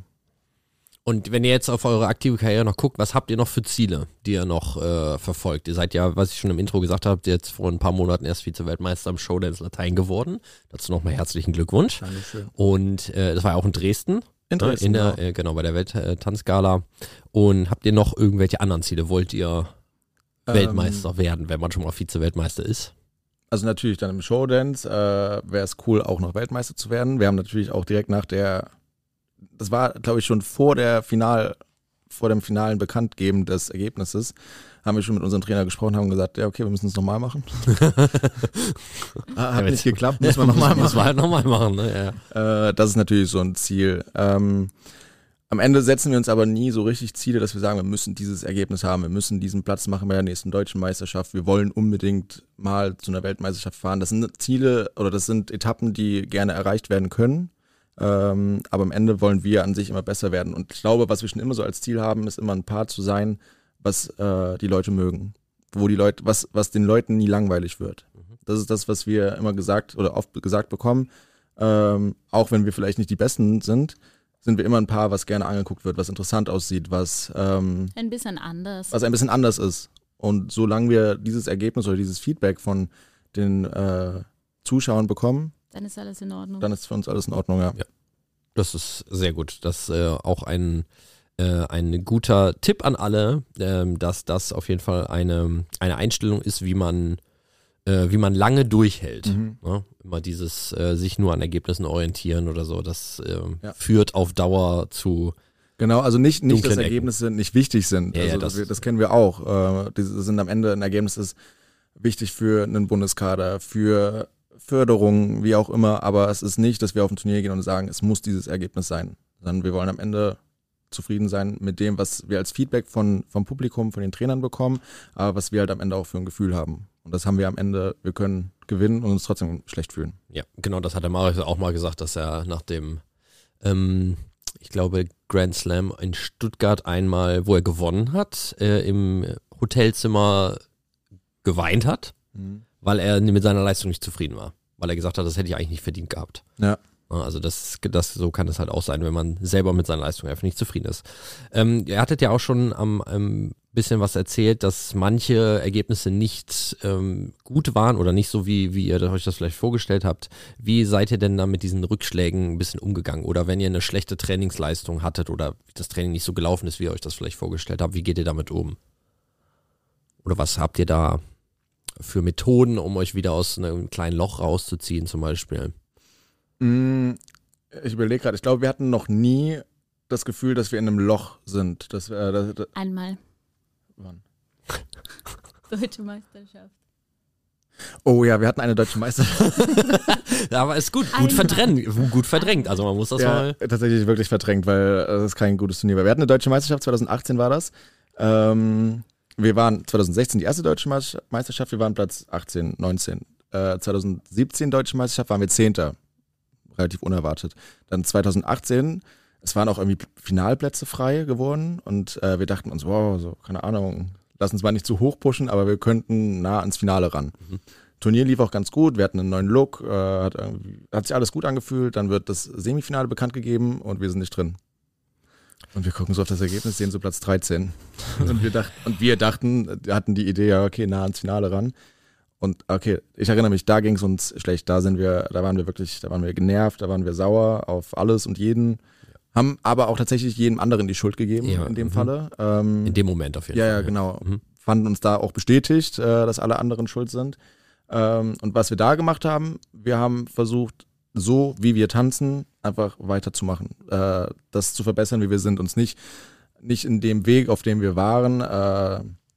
Und wenn ihr jetzt auf eure aktive Karriere noch guckt, was habt ihr noch für Ziele, die ihr noch äh, verfolgt? Ihr seid ja, was ich schon im Intro gesagt habe, jetzt vor ein paar Monaten erst Vize-Weltmeister im Showdance Latein geworden. Dazu nochmal herzlichen Glückwunsch. Dankeschön. Und äh, das war ja auch in Dresden. In ne, Dresden, in der, genau. äh, genau, bei der Welttanzgala. Und habt ihr noch irgendwelche anderen Ziele? Wollt ihr Weltmeister Ähm, werden, wenn man schon mal Vize-Weltmeister ist? Also natürlich dann im Showdance äh, wäre es cool, auch noch Weltmeister zu werden. Wir haben natürlich auch direkt nach der, das war glaube ich schon vor der Final, vor dem finalen Bekanntgeben des Ergebnisses, haben wir schon mit unserem Trainer gesprochen, haben gesagt, ja okay, wir müssen es nochmal machen. Ah, Hat Ja, nicht geklappt, müssen wir nochmal Muss machen. man halt nochmal machen, ne? Ja. Äh, das ist natürlich so ein Ziel. Ähm, am Ende setzen wir uns aber nie so richtig Ziele, dass wir sagen, wir müssen dieses Ergebnis haben, wir müssen diesen Platz machen bei der nächsten deutschen Meisterschaft, wir wollen unbedingt mal zu einer Weltmeisterschaft fahren. Das sind Ziele oder das sind Etappen, die gerne erreicht werden können. Ähm, aber am Ende wollen wir an sich immer besser werden. Und ich glaube, was wir schon immer so als Ziel haben, ist immer ein Paar zu sein, was äh, die Leute mögen. Wo die Leute, was, was den Leuten nie langweilig wird. Das ist das, was wir immer gesagt oder oft gesagt bekommen. Ähm, auch wenn wir vielleicht nicht die Besten sind, sind wir immer ein Paar, was gerne angeguckt wird, was interessant aussieht, was, ähm, Ein bisschen anders. was ein bisschen anders ist. Und solange wir dieses Ergebnis oder dieses Feedback von den äh, Zuschauern bekommen, Dann ist alles in Ordnung. dann ist für uns alles in Ordnung, ja. Ja. Das ist sehr gut. Das ist äh, auch ein, äh, ein guter Tipp an alle, ähm, dass das auf jeden Fall eine, eine Einstellung ist, wie man, äh, wie man lange durchhält. Mhm. Ne? Immer dieses äh, sich nur an Ergebnissen orientieren oder so, das äh, Ja. führt auf Dauer zu. Genau, also nicht, nicht dass Dunklen Ecken. Ergebnisse nicht wichtig sind. Ja, ja, also das- das, das kennen wir auch. Äh, diese sind am Ende ein Ergebnis ist wichtig für einen Bundeskader, für Förderung, wie auch immer, aber es ist nicht, dass wir auf ein Turnier gehen und sagen, es muss dieses Ergebnis sein, sondern wir wollen am Ende zufrieden sein mit dem, was wir als Feedback von, vom Publikum, von den Trainern bekommen, aber was wir halt am Ende auch für ein Gefühl haben. Und das haben wir am Ende, wir können gewinnen und uns trotzdem schlecht fühlen. Ja, genau, das hat der Marius auch mal gesagt, dass er nach dem, ähm, ich glaube, Grand Slam in Stuttgart einmal, wo er gewonnen hat, äh, im Hotelzimmer geweint hat, weil er mit seiner Leistung nicht zufrieden war. weil er gesagt hat, das hätte ich eigentlich nicht verdient gehabt. Ja. Also das, das, so kann es halt auch sein, wenn man selber mit seiner Leistung einfach nicht zufrieden ist. Ähm, ihr hattet ja auch schon am ähm, bisschen was erzählt, dass manche Ergebnisse nicht ähm, gut waren oder nicht so, wie, wie ihr euch das vielleicht vorgestellt habt. Wie seid ihr denn da mit diesen Rückschlägen ein bisschen umgegangen? Oder wenn ihr eine schlechte Trainingsleistung hattet oder das Training nicht so gelaufen ist, wie ihr euch das vielleicht vorgestellt habt, wie geht ihr damit um? Oder was habt ihr da für Methoden, um euch wieder aus einem kleinen Loch rauszuziehen zum Beispiel? Ich überlege gerade, ich glaube, wir hatten noch nie das Gefühl, dass wir in einem Loch sind. Dass wir, das, das Einmal. Wann? Deutsche Meisterschaft. Oh ja, wir hatten eine deutsche Meisterschaft. Ja, aber ist gut, gut Einmal. verdrängt, gut verdrängt. Also man muss das ja, mal... tatsächlich wirklich verdrängt, weil das ist kein gutes Turnier war. Wir hatten eine deutsche Meisterschaft, zwanzig achtzehn war das. Ähm, wir waren zwanzig sechzehn die erste deutsche Meisterschaft, wir waren Platz achtzehn, neunzehn. Äh, zwanzig siebzehn deutsche Meisterschaft waren wir Zehnter. Relativ unerwartet. Dann zwanzig achtzehn, es waren auch irgendwie Finalplätze frei geworden und äh, wir dachten uns, wow, so, keine Ahnung, lass uns mal nicht zu hoch pushen, aber wir könnten nah ans Finale ran. Mhm. Turnier lief auch ganz gut, wir hatten einen neuen Look, äh, hat, hat sich alles gut angefühlt, dann wird das Semifinale bekannt gegeben und wir sind nicht drin. Und wir gucken so auf das Ergebnis, sehen so Platz dreizehn. und, wir dacht, und wir dachten, wir hatten die Idee, ja okay, nah ans Finale ran. Und okay, ich erinnere mich, da ging es uns schlecht, da sind wir, da waren wir wirklich, da waren wir genervt, da waren wir sauer auf alles und jeden, haben aber auch tatsächlich jedem anderen die Schuld gegeben ja, in dem mhm. Falle. Ähm, in dem Moment auf jeden ja, Fall. Ja, ja, genau. Mhm. Fanden uns da auch bestätigt, äh, dass alle anderen schuld sind. Ähm, und was wir da gemacht haben, wir haben versucht, so wie wir tanzen, einfach weiterzumachen, äh, das zu verbessern, wie wir sind, uns nicht, nicht in dem Weg, auf dem wir waren, äh,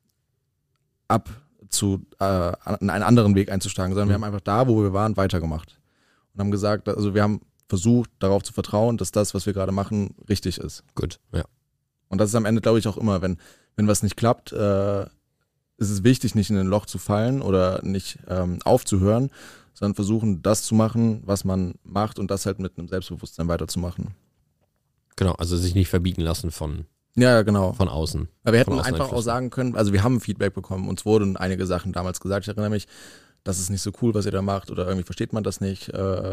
ab zu äh, in einen anderen Weg einzusteigen, sondern mhm. wir haben einfach da, wo wir waren, weitergemacht und haben gesagt, also wir haben versucht, darauf zu vertrauen, dass das, was wir gerade machen, richtig ist. Gut, ja. Und das ist am Ende, glaube ich, auch immer, wenn, wenn was nicht klappt, äh, ist es wichtig, nicht in ein Loch zu fallen oder nicht ähm, aufzuhören, sondern versuchen, das zu machen, was man macht und das halt mit einem Selbstbewusstsein weiterzumachen. Genau, also sich nicht verbiegen lassen von Ja, genau. Von außen. Aber wir hätten Von außen einfach auch sagen können, also wir haben Feedback bekommen, uns wurden einige Sachen damals gesagt, ich erinnere mich, das ist nicht so cool, was ihr da macht oder irgendwie versteht man das nicht.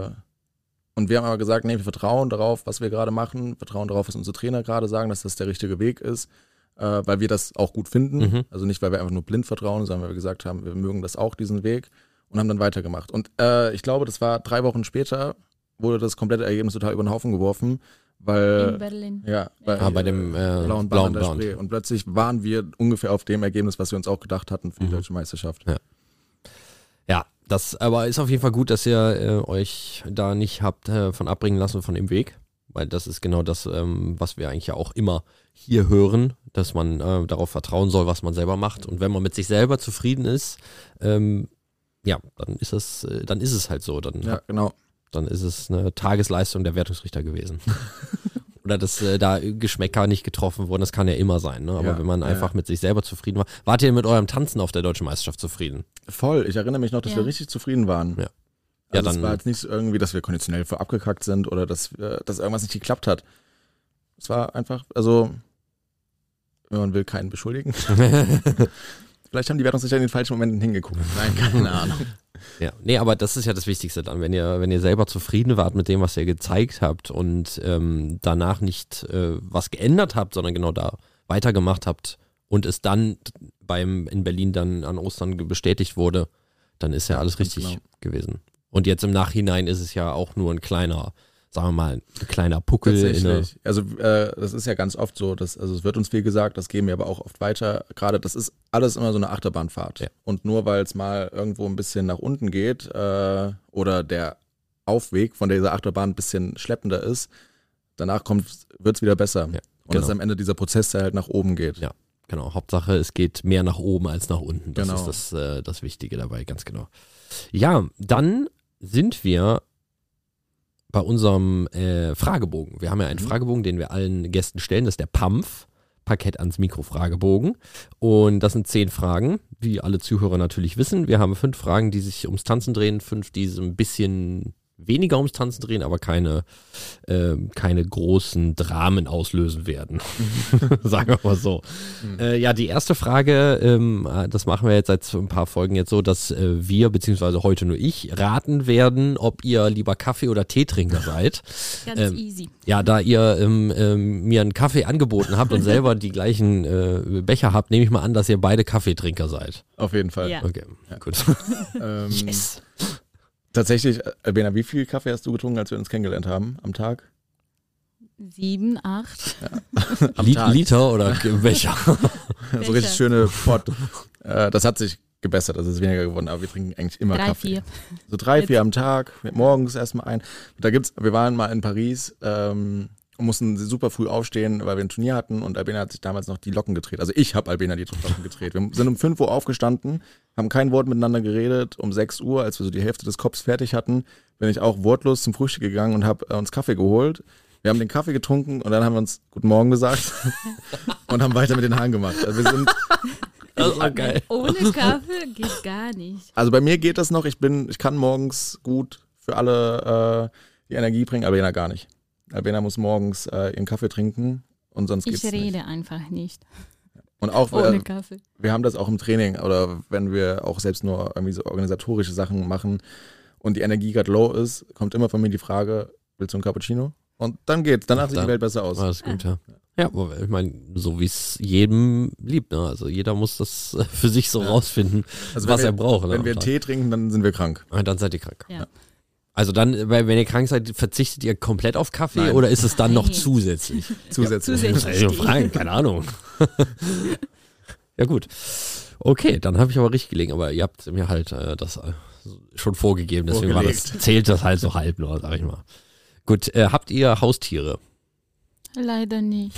Und wir haben aber gesagt, nee, wir vertrauen darauf, was wir gerade machen, vertrauen darauf, was unsere Trainer gerade sagen, dass das der richtige Weg ist, weil wir das auch gut finden. Mhm. Also nicht, weil wir einfach nur blind vertrauen, sondern weil wir gesagt haben, wir mögen das auch, diesen Weg und haben dann weitergemacht. Und äh, ich glaube, das war drei Wochen später, wurde das komplette Ergebnis total über den Haufen geworfen. Weil, in Berlin. Ja, bei, ah, bei dem äh, blauen Band an der Spree. Und plötzlich waren wir ungefähr auf dem Ergebnis, was wir uns auch gedacht hatten für die mhm. deutsche Meisterschaft. Ja. ja, das aber ist auf jeden Fall gut, dass ihr äh, euch da nicht habt äh, von abbringen lassen von dem Weg. Weil das ist genau das, ähm, was wir eigentlich ja auch immer hier hören, dass man äh, darauf vertrauen soll, was man selber macht. Und wenn man mit sich selber zufrieden ist, ähm, ja, dann ist es, äh, dann ist es halt so. Dann ja, genau. Dann ist es eine Tagesleistung der Wertungsrichter gewesen. Oder dass äh, da Geschmäcker nicht getroffen wurden, das kann ja immer sein. Ne? Aber ja, wenn man einfach ja. mit sich selber zufrieden war. Wart ihr mit eurem Tanzen auf der Deutschen Meisterschaft zufrieden? Voll, ich erinnere mich noch, dass ja. wir richtig zufrieden waren. Ja. Also ja, es war jetzt nicht so irgendwie, dass wir konditionell vor abgekackt sind oder dass, äh, dass irgendwas nicht geklappt hat. Es war einfach, also, wenn man will, keinen beschuldigen. Vielleicht haben die Wertungsrichter in den falschen Momenten hingeguckt. Nein, keine Ahnung. Ja, nee, aber das ist ja das Wichtigste dann, wenn ihr, wenn ihr selber zufrieden wart mit dem, was ihr gezeigt habt und ähm, danach nicht äh, was geändert habt, sondern genau da weitergemacht habt und es dann beim in Berlin dann an Ostern bestätigt wurde, dann ist ja alles richtig genau. gewesen. Und jetzt im Nachhinein ist es ja auch nur ein kleiner, sagen wir mal, ein kleiner Puckel. In eine also äh, das ist ja ganz oft so, dass, also es wird uns viel gesagt, das geben wir aber auch oft weiter. Gerade das ist alles immer so eine Achterbahnfahrt. Ja. Und nur weil es mal irgendwo ein bisschen nach unten geht äh, oder der Aufweg von dieser Achterbahn ein bisschen schleppender ist, danach wird es wieder besser. Ja, und genau. das ist am Ende dieser Prozess, der halt nach oben geht. Ja, genau. Hauptsache, es geht mehr nach oben als nach unten. Das genau. ist das, äh, das Wichtige dabei, ganz genau. Ja, dann sind wir bei unserem äh, Fragebogen. Wir haben ja einen mhm. Fragebogen, den wir allen Gästen stellen. Das ist der P A M F, Parkett ans Mikro Fragebogen. Und das sind zehn Fragen, wie alle Zuhörer natürlich wissen. Wir haben fünf Fragen, die sich ums Tanzen drehen, fünf, die so ein bisschen weniger ums Tanzen drehen, aber keine, äh, keine großen Dramen auslösen werden. Sagen wir mal so. Mhm. Äh, ja, die erste Frage, ähm, das machen wir jetzt seit ein paar Folgen jetzt so, dass äh, wir, beziehungsweise heute nur ich, raten werden, ob ihr lieber Kaffee- oder Teetrinker seid. Ganz ähm, easy. Ja, da ihr ähm, ähm, mir einen Kaffee angeboten habt und selber die gleichen äh, Becher habt, nehme ich mal an, dass ihr beide Kaffeetrinker seid. Auf jeden Fall. Ja. Okay, Ja. gut. Ähm, Yes. Tatsächlich, Albena, wie viel Kaffee hast du getrunken, als wir uns kennengelernt haben am Tag? Sieben, acht. Am Li- Tag. Liter oder Becher? So richtig schöne Pot. Äh, das hat sich gebessert, das ist weniger geworden, aber wir trinken eigentlich immer Drei, Kaffee. vier. So drei, Jetzt. vier am Tag, morgens erstmal ein. Da gibt's, wir waren mal in Paris ähm, und mussten super früh aufstehen, weil wir ein Turnier hatten und Albena hat sich damals noch die Locken gedreht. Also ich habe Albena die Locken gedreht. Wir sind um fünf Uhr aufgestanden, haben kein Wort miteinander geredet. Um sechs Uhr, als wir so die Hälfte des Kopfs fertig hatten, bin ich auch wortlos zum Frühstück gegangen und habe äh, uns Kaffee geholt. Wir haben den Kaffee getrunken und dann haben wir uns Guten Morgen gesagt und haben weiter mit den Haaren gemacht. Also wir sind Das war geil. Ohne Kaffee geht gar nicht. Also bei mir geht das noch. Ich bin, ich kann morgens gut für alle äh, die Energie bringen, Albena gar nicht. Albena muss morgens äh, ihren Kaffee trinken und sonst geht's Ich rede nicht. einfach nicht. Und auch Ohne wir, Kaffee. wir haben das auch im Training oder wenn wir auch selbst nur irgendwie so organisatorische Sachen machen und die Energie gerade low ist, kommt immer von mir die Frage, willst du einen Cappuccino? Und dann geht's, danach sieht die Welt besser aus. Alles gut, ja. Ja, aber ich meine, so wie es jedem liebt, ne? Also jeder muss das äh, für sich so Ja. rausfinden, Also was wenn wir, er braucht. Ne, Wenn am wir Tag. Tee trinken, dann sind wir krank. Und dann seid ihr krank. Ja. Also dann, weil wenn ihr krank seid, verzichtet ihr komplett auf Kaffee Nein. oder ist es dann noch Nein. zusätzlich? Zusätzlich. zusätzlich. Also fragen, keine Ahnung. Ja gut. Okay, dann habe ich aber richtig gelegen, aber ihr habt mir halt äh, das äh, schon vorgegeben, deswegen war das, Vorgelegt. zählt das halt so halb nur, sag ich mal. Gut, äh, habt ihr Haustiere? Leider nicht.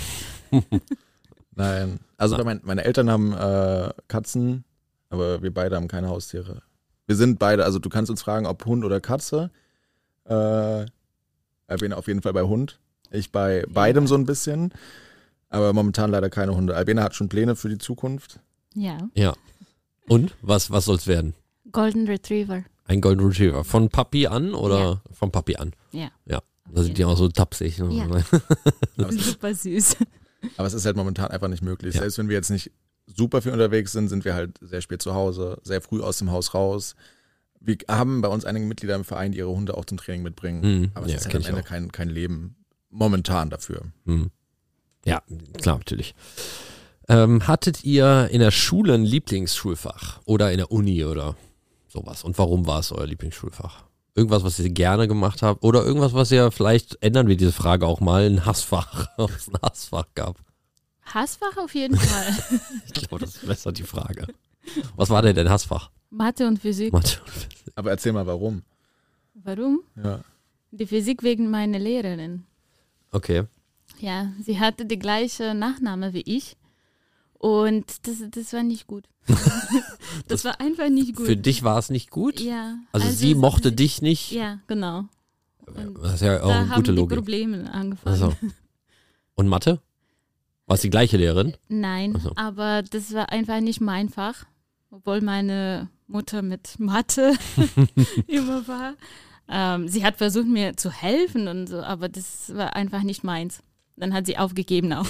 Nein. Also Nein. bei mein, meine Eltern haben äh, Katzen, aber wir beide haben keine Haustiere. Wir sind beide, also du kannst uns fragen, ob Hund oder Katze. Äh, ich bin auf jeden Fall bei Hund. Ich bei beidem so ein bisschen. Aber momentan leider keine Hunde. Albena hat schon Pläne für die Zukunft. Ja. Ja. Und? Was, was soll's werden? Golden Retriever. Ein Golden Retriever. Von Papi an oder Ja. von Papi an? Ja. Ja. Da sind die auch so tapsig. Ne? Ja. Super süß. Aber es ist halt momentan einfach nicht möglich. Ja. Selbst wenn wir jetzt nicht super viel unterwegs sind, sind wir halt sehr spät zu Hause, sehr früh aus dem Haus raus. Wir haben bei uns einige Mitglieder im Verein, die ihre Hunde auch zum Training mitbringen. Mhm. Aber es Ja, ist halt kenn am ich Ende auch. kein, kein Leben momentan dafür. Hm. Ja, klar, natürlich. Ähm, hattet ihr in der Schule ein Lieblingsschulfach oder in der Uni oder sowas? Und warum war es euer Lieblingsschulfach? Irgendwas, was ihr gerne gemacht habt oder irgendwas, was ihr, vielleicht ändern wir diese Frage auch mal, ein Hassfach, ob es ein Hassfach gab? Hassfach auf jeden Fall. Ich glaube, das ist besser die Frage. Was war denn dein Hassfach? Mathe und Physik. Mathe. Aber erzähl mal, warum? Warum? Ja. Die Physik wegen meiner Lehrerin. Okay. Ja, sie hatte die gleiche Nachname wie ich. Und das, das war nicht gut. das war einfach nicht gut. Für dich war es nicht gut? Ja. Also, sie mochte dich nicht? Ja, genau. Und Das ist ja auch da eine haben gute die Logik. Probleme angefangen. Also. Und Mathe? War es die gleiche Lehrerin? Nein, Ach so. aber das war einfach nicht mein Fach. Obwohl meine Mutter mit Mathe immer war. Ähm, sie hat versucht, mir zu helfen und so, aber das war einfach nicht meins. Dann hat sie aufgegeben auch.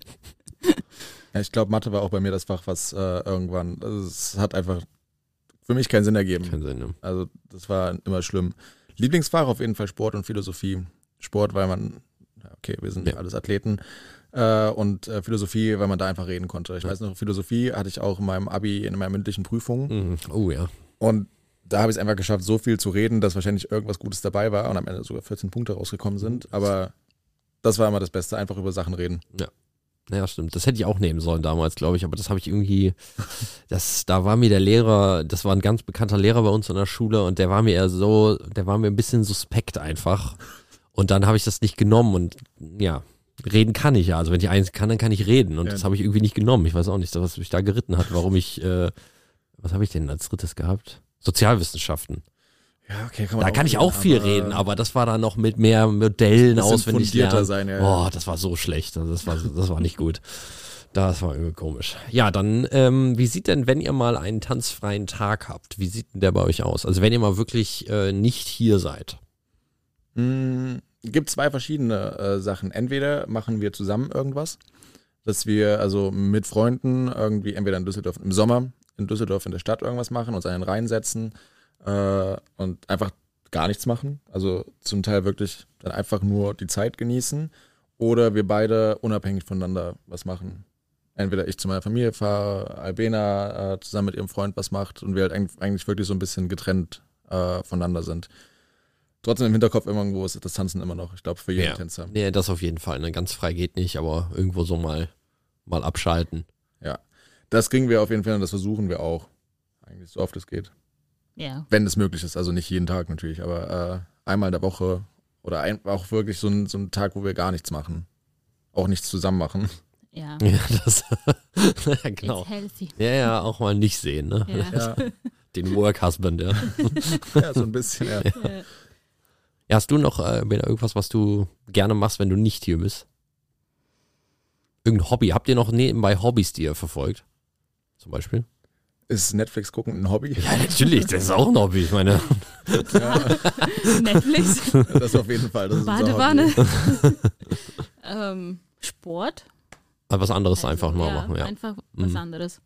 Ja, ich glaube, Mathe war auch bei mir das Fach, was äh, irgendwann, also es hat einfach für mich keinen Sinn ergeben. Kein Sinn, ne? Also das war immer schlimm. Lieblingsfach auf jeden Fall Sport und Philosophie. Sport, weil man, ja, okay, wir sind Ja. alles Athleten. Äh, und äh, Philosophie, weil man da einfach reden konnte. Ich Ja. weiß noch, Philosophie hatte ich auch in meinem Abi, in meiner mündlichen Prüfung. Mhm. Oh ja. Und da habe ich es einfach geschafft, so viel zu reden, dass wahrscheinlich irgendwas Gutes dabei war und am Ende sogar vierzehn Punkte rausgekommen sind. Aber das war immer das Beste, einfach über Sachen reden. Ja, stimmt. Das hätte ich auch nehmen sollen damals, glaube ich, aber das habe ich irgendwie, das, da war mir der Lehrer, das war ein ganz bekannter Lehrer bei uns in der Schule und der war mir eher so, der war mir ein bisschen suspekt einfach. Und dann habe ich das nicht genommen und ja, reden kann ich ja. Also wenn ich eins kann, dann kann ich reden und Ja. das habe ich irgendwie nicht genommen. Ich weiß auch nicht, was mich da geritten hat, warum ich, äh, was habe ich denn als drittes gehabt? Sozialwissenschaften. Ja, okay, kann Da kann ich auch viel reden, aber das war dann noch mit mehr Modellen bisschen auswendig fundierter lernen. sein, ja. Oh, das war so schlecht. Also das war, das war nicht gut. Das war irgendwie komisch. Ja, dann, ähm, wie sieht denn, wenn ihr mal einen tanzfreien Tag habt, wie sieht denn der bei euch aus? Also wenn ihr mal wirklich äh, nicht hier seid. Mm, gibt zwei verschiedene äh, Sachen. Entweder machen wir zusammen irgendwas, dass wir also mit Freunden irgendwie entweder in Düsseldorf im Sommer in Düsseldorf in der Stadt irgendwas machen, uns einen reinsetzen äh, und einfach gar nichts machen. Also zum Teil wirklich dann einfach nur die Zeit genießen. Oder wir beide unabhängig voneinander was machen. Entweder ich zu meiner Familie fahre, Albena äh, zusammen mit ihrem Freund was macht und wir halt eigentlich, eigentlich wirklich so ein bisschen getrennt äh, voneinander sind. Trotzdem im Hinterkopf irgendwo ist das Tanzen immer noch, ich glaube, für jeden ja. Tänzer. Nee, das auf jeden Fall. Ne? Ganz frei geht nicht, aber irgendwo so mal, mal abschalten. Ja, das kriegen wir auf jeden Fall und das versuchen wir auch. Eigentlich so oft es geht. Ja. Wenn es möglich ist, also nicht jeden Tag natürlich, aber äh, einmal in der Woche oder ein, auch wirklich so ein, so ein Tag, wo wir gar nichts machen. Auch nichts zusammen machen. Ja. Ja, das, ja, genau. It's healthy. Ja, ja, auch mal nicht sehen, ne? Ja. Ja, Den Work Husband, ja. ja so ein bisschen, ja. Ja. Ja, hast du noch äh, irgendwas, was du gerne machst, wenn du nicht hier bist? Irgendein Hobby? Habt ihr noch nebenbei Hobbys, die ihr verfolgt? Zum Beispiel? Ist Netflix gucken ein Hobby? Ja, natürlich, das ist auch ein Hobby. Ich meine, Netflix, Das auf jeden Fall. Das ist unser Badewanne, Hobby. ähm, Sport. was anderes Also, einfach mal ja, machen, ja. Einfach was Mhm. anderes.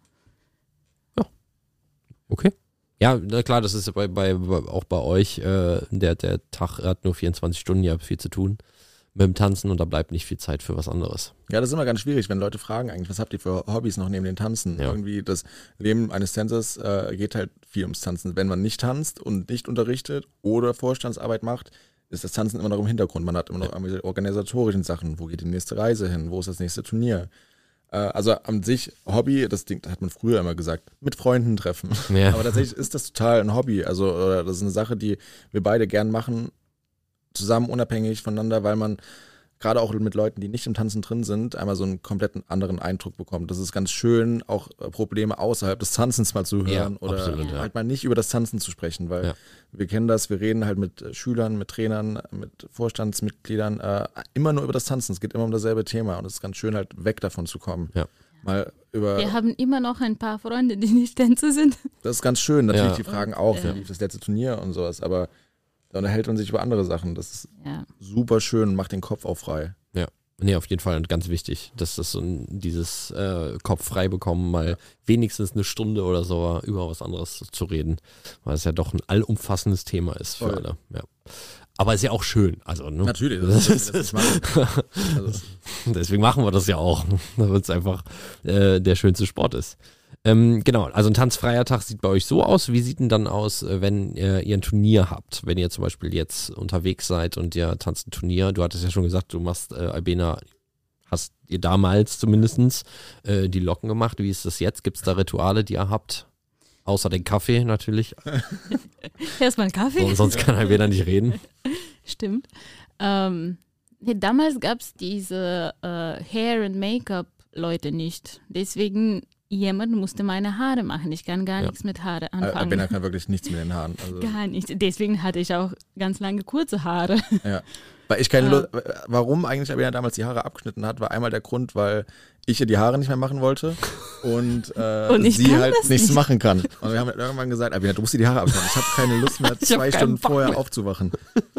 Okay. Ja, na klar, das ist bei, bei, auch bei euch, äh, der, der Tag hat nur vierundzwanzig Stunden, ihr habt viel zu tun mit dem Tanzen und da bleibt nicht viel Zeit für was anderes. Ja, das ist immer ganz schwierig, wenn Leute fragen eigentlich, was habt ihr für Hobbys noch neben dem Tanzen? Ja. Irgendwie das Leben eines Tänzers äh, geht halt viel ums Tanzen. Wenn man nicht tanzt und nicht unterrichtet oder Vorstandsarbeit macht, ist das Tanzen immer noch im Hintergrund. Man hat immer noch irgendwelche organisatorischen Sachen. Wo geht die nächste Reise hin? Wo ist das nächste Turnier? Äh, also an sich Hobby, das Ding, das hat man früher immer gesagt, mit Freunden treffen. Ja. Aber tatsächlich ist das total ein Hobby. Also oder das ist eine Sache, die wir beide gern machen, zusammen unabhängig voneinander, weil man gerade auch mit Leuten, die nicht im Tanzen drin sind, einmal so einen kompletten anderen Eindruck bekommt. Das ist ganz schön, auch äh, Probleme außerhalb des Tanzens mal zu hören Ja, oder absolut, ja. halt mal nicht über das Tanzen zu sprechen, weil Ja. wir kennen das, wir reden halt mit äh, Schülern, mit Trainern, mit Vorstandsmitgliedern äh, immer nur über das Tanzen. Es geht immer um dasselbe Thema und es ist ganz schön, halt weg davon zu kommen. Ja. Mal über, Wir haben immer noch ein paar Freunde, die nicht Tänzer sind. das ist ganz schön, natürlich, Ja. die fragen auch, Ja. wie lief das letzte Turnier und sowas, aber da unterhält man sich über andere Sachen. Das ist Ja. super schön und macht den Kopf auch frei. Ja, nee, auf jeden Fall und ganz wichtig, dass das so ein, dieses äh, Kopf frei bekommen, mal wenigstens eine Stunde oder so über was anderes zu reden, weil es ja doch ein allumfassendes Thema ist für Voll. alle. Ja. Aber ist ja auch schön. Also, ne? Natürlich, das ist, das ist also, Deswegen machen wir das ja auch, damit es einfach äh, der schönste Sport ist. Ähm, genau, also ein tanzfreier Tag sieht bei euch so aus. Wie sieht denn dann aus, äh, wenn äh, ihr ein Turnier habt? Wenn ihr zum Beispiel jetzt unterwegs seid und ihr tanzt ein Turnier. Du hattest ja schon gesagt, du machst, äh, Albena, hast ihr damals zumindest äh, die Locken gemacht. Wie ist das jetzt? Gibt es da Rituale, die ihr habt? Außer den Kaffee natürlich. Erstmal einen Kaffee. So, sonst kann Albena nicht reden. Stimmt. Ähm, nee, damals gab es diese äh, Hair- and Make-up-Leute nicht. Deswegen, jemand musste meine Haare machen. Ich kann gar Ja. nichts mit Haare anfangen. Albena kann wirklich nichts mit den Haaren. Also, Gar nichts. Deswegen hatte ich auch ganz lange kurze Haare. ja. Weil ich keine Ja. Lust, warum eigentlich Albena damals die Haare abgeschnitten hat, war einmal der Grund, weil ich ihr die Haare nicht mehr machen wollte und, äh, Und ich sie kann halt das nichts nicht. machen kann. Und wir haben halt irgendwann gesagt, Albena, du musst dir die Haare abschneiden. Ich habe keine Lust mehr, Ich hab zwei keinen Stunden Bock vorher mehr. aufzuwachen.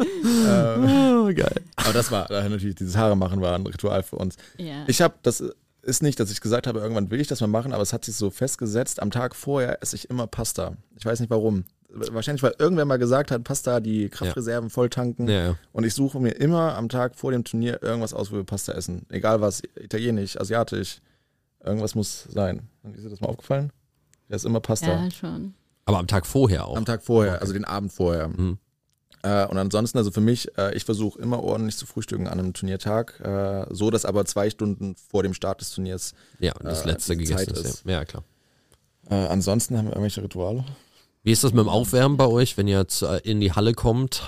ähm, Oh, geil. aber das war äh, natürlich, dieses Haare machen war ein Ritual für uns. Ja. Ich habe, das ist nicht, dass ich gesagt habe, irgendwann will ich das mal machen, aber es hat sich so festgesetzt, am Tag vorher esse ich immer Pasta. Ich weiß nicht warum. Wahrscheinlich, weil irgendwer mal gesagt hat, Pasta, die Kraftreserven voll tanken. Ja, ja. Und ich suche mir immer am Tag vor dem Turnier irgendwas aus, wo wir Pasta essen. Egal was, italienisch, asiatisch, irgendwas muss sein. Und ist dir das mal aufgefallen? Da ist immer Pasta. ja, schon. Aber am Tag vorher auch. Am Tag vorher, also den Abend vorher. Mhm. Äh, und ansonsten, also für mich, äh, ich versuche immer ordentlich zu frühstücken an einem Turniertag, äh, so dass aber zwei Stunden vor dem Start des Turniers. Ja, und das äh, letzte die gegessen Zeit ist. ist. Ja. ja, klar. Äh, ansonsten haben wir irgendwelche Rituale. Wie ist das mit dem Aufwärmen bei euch, wenn ihr jetzt äh, in die Halle kommt?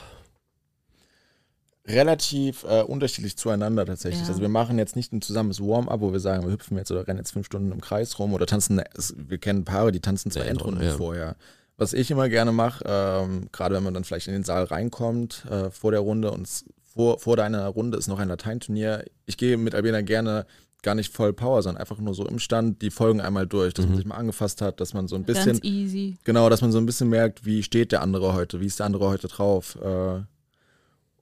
Relativ äh, unterschiedlich zueinander tatsächlich. Ja. Also wir machen jetzt nicht ein zusammenes Warm-up, wo wir sagen, wir hüpfen jetzt oder rennen jetzt fünf Stunden im Kreis rum oder tanzen. Es, wir kennen Paare, die tanzen zwei Ja, Endrunden ja. vorher. Was ich immer gerne mache, ähm, gerade wenn man dann vielleicht in den Saal reinkommt äh, vor der Runde und es, vor, vor deiner Runde ist noch ein Lateinturnier. Ich gehe mit Albena gerne gar nicht voll Power, sondern einfach nur so im Stand die Folgen einmal durch, dass Mhm. man sich mal angefasst hat, dass man so ein bisschen, Ganz easy. genau, dass man so ein bisschen merkt, wie steht der andere heute, wie ist der andere heute drauf. Äh,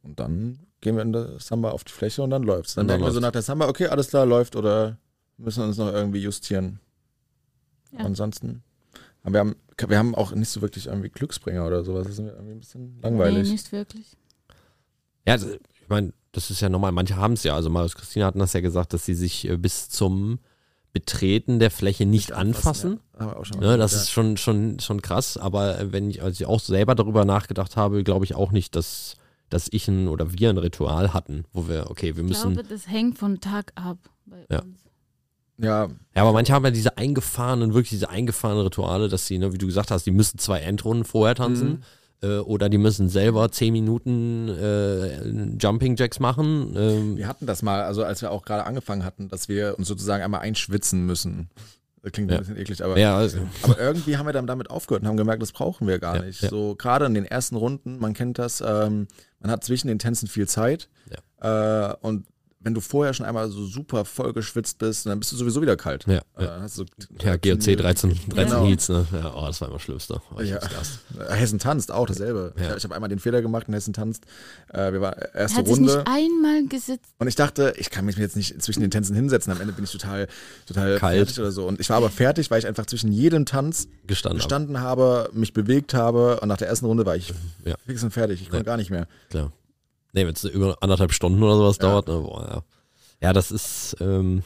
Und dann gehen wir in der Samba auf die Fläche und dann läuft's. Dann Und dann merken wir so läuft's. nach der Samba, okay, alles klar, läuft oder müssen wir uns noch irgendwie justieren. Ja. Ansonsten, aber wir haben, wir haben auch nicht so wirklich irgendwie Glücksbringer oder sowas. Das ist mir irgendwie ein bisschen langweilig. Nee, nicht wirklich. Ja, also, ich meine, das ist ja normal. Manche haben es ja. Also Marius Christina hatten das ja gesagt, dass sie sich äh, bis zum Betreten der Fläche nicht anfassen. Ja, haben wir auch schon mal Ja, gehört, das ist schon, schon, schon krass. Aber äh, wenn ich, als ich auch selber darüber nachgedacht habe, glaube ich auch nicht, dass, dass ich ein oder wir ein Ritual hatten, wo wir, okay, wir Ich müssen. glaube, das hängt von Tag ab bei Ja. uns. ja. Ja, aber manche haben ja diese eingefahrenen, wirklich diese eingefahrenen Rituale, dass sie, ne, wie du gesagt hast, die müssen zwei Endrunden vorher tanzen. Mhm. Äh, oder die müssen selber zehn Minuten äh, Jumping Jacks machen. Ähm, Wir hatten das mal, also als wir auch gerade angefangen hatten, dass wir uns sozusagen einmal einschwitzen müssen. Das klingt Ja. ein bisschen eklig, aber, ja, also, aber irgendwie haben wir dann damit aufgehört und haben gemerkt, das brauchen wir gar Ja, nicht. ja. So gerade in den ersten Runden, man kennt das, ähm, man hat zwischen den Tänzen viel Zeit äh, und wenn du vorher schon einmal so super voll geschwitzt bist, dann bist du sowieso wieder kalt. ja, Äh, ja. hast du, ja, G O C dreizehn, dreizehn Genau. Heats, ne? Ja, oh, das war immer das Schlimmste. Oh, ich Ja. hab's gehasst. Hessen tanzt auch dasselbe. Ja. Ich, ich habe einmal den Fehler gemacht und Hessen tanzt. Äh, wir waren Er erste hat sich Runde. nicht einmal gesetzt. Und ich dachte, ich kann mich jetzt nicht zwischen den Tänzen hinsetzen. Am Ende bin ich total, total Kalt. fertig oder so. Und ich war aber fertig, weil ich einfach zwischen jedem Tanz Gestanden. hab. gestanden habe, mich bewegt habe. Und nach der ersten Runde war ich Ja. fix und fertig. Ich konnte Ja. gar nicht mehr. Klar. Nee, wenn es über anderthalb Stunden oder sowas Ja. dauert, ne? Boah, ja. Ja, das ist, ähm,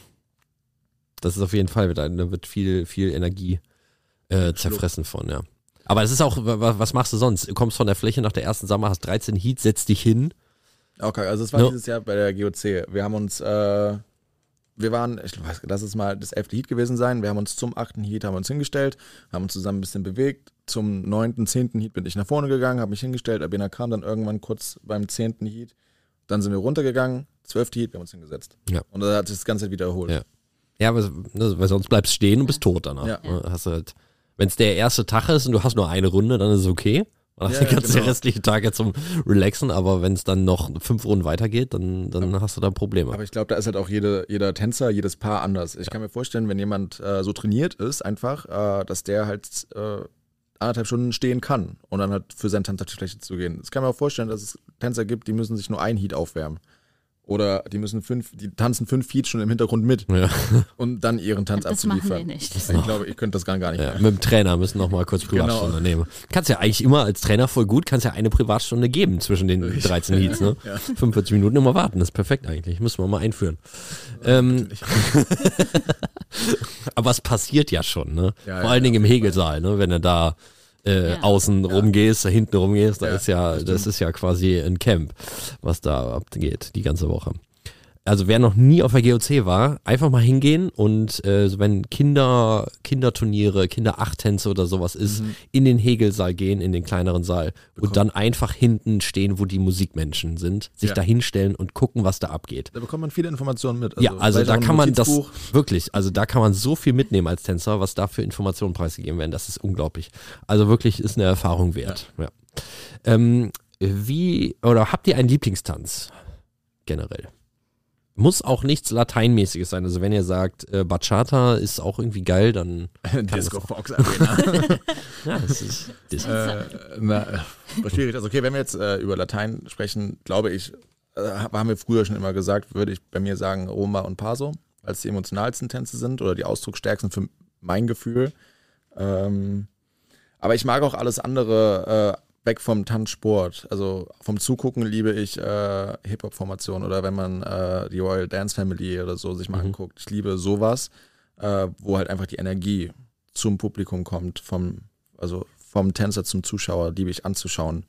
das ist auf jeden Fall, da da wird viel, viel Energie äh, zerfressen von, ja. Aber es ist auch, wa- was machst du sonst? Du kommst von der Fläche nach der ersten Sommer, hast dreizehn Heats, setzt dich hin. Okay, also es war Ja. dieses Jahr bei der G O C. Wir haben uns, äh, wir waren, ich weiß, lass es mal das elfte Heat gewesen sein. Wir haben uns zum achten Heat haben wir uns hingestellt, haben uns zusammen ein bisschen bewegt. Zum neunten, zehnten Heat bin ich nach vorne gegangen, habe mich hingestellt. Abena kam dann irgendwann kurz beim zehnten Heat. Dann sind wir runtergegangen, zwölfte Heat, wir haben uns hingesetzt. Ja. Und da hat sich das Ganze wiederholt. Ja. Ja, aber, ne, weil sonst bleibst du stehen und bist tot danach. Ja. Ne? Hast du halt, wenn es der erste Tag ist und du hast nur eine Runde, dann ist es okay. Und Ja, dann kannst du genau. den restlichen Tag jetzt zum Relaxen, aber wenn es dann noch fünf Runden weitergeht, dann, dann hast du da Probleme. Aber ich glaube, da ist halt auch jede, jeder Tänzer, jedes Paar anders. Ich kann mir vorstellen, wenn jemand äh, so trainiert ist, einfach, äh, dass der halt äh, anderthalb Stunden stehen kann und dann halt für seinen Tanz auf die Fläche zu gehen. Ich kann mir auch vorstellen, dass es Tänzer gibt, die müssen sich nur ein Heat aufwärmen. Oder die müssen fünf, die tanzen fünf Heats schon im Hintergrund mit, Ja. um dann ihren Tanz Das machen wir abzuliefern. nicht. Ich glaube, ich könnte das gar, gar nicht Ja, mehr. mit dem Trainer müssen noch mal kurz Privatstunde nehmen. Kannst ja eigentlich immer als Trainer voll gut, kannst ja eine Privatstunde geben zwischen den dreizehn Heats, ne? Ja. fünfundvierzig Minuten immer warten, das ist perfekt eigentlich. Müssen wir mal einführen. Ähm, aber es passiert ja schon, ne? Ja, Vor ja, allen Dingen im Hegelsaal, ne? Wenn du da äh, Ja. außen rumgehst, da hinten rumgehst, da Ja, ist ja, das das stimmt. ist ja quasi ein Camp, was da abgeht, die ganze Woche. Also wer noch nie auf der G O C war, einfach mal hingehen und äh, so wenn Kinder, Kinderturniere, Kinderachttänze oder sowas ist, Mhm. in den Hegelsaal gehen, in den kleineren Saal und dann einfach hinten stehen, wo die Musikmenschen sind, sich Ja. da hinstellen und gucken, was da abgeht. Da bekommt man viele Informationen mit. ja, also vielleicht da auch ein kann man das Notizbuch. wirklich, also da kann man so viel mitnehmen als Tänzer, was da für Informationen preisgegeben werden, das ist unglaublich. Also wirklich ist eine Erfahrung wert. Ja. Ähm, wie, oder habt ihr einen Lieblingstanz generell? Muss auch nichts Lateinmäßiges sein. Also wenn ihr sagt, äh, Bachata ist auch irgendwie geil, dann Disco Fox Arena. ja, das ist das, äh, na, äh, schwierig. Also okay, wenn wir jetzt äh, über Latein sprechen, glaube ich, äh, haben wir früher schon immer gesagt, würde ich bei mir sagen Roma und Paso, als die emotionalsten Tänze sind oder die ausdrucksstärksten für mein Gefühl. Ähm, aber ich mag auch alles andere äh, weg vom Tanzsport. Also vom Zugucken liebe ich äh, Hip-Hop-Formationen oder wenn man äh, die Royal Dance Family oder so sich mal Mhm. anguckt. Ich liebe sowas, äh, wo halt einfach die Energie zum Publikum kommt, vom, also vom Tänzer zum Zuschauer, liebe ich anzuschauen.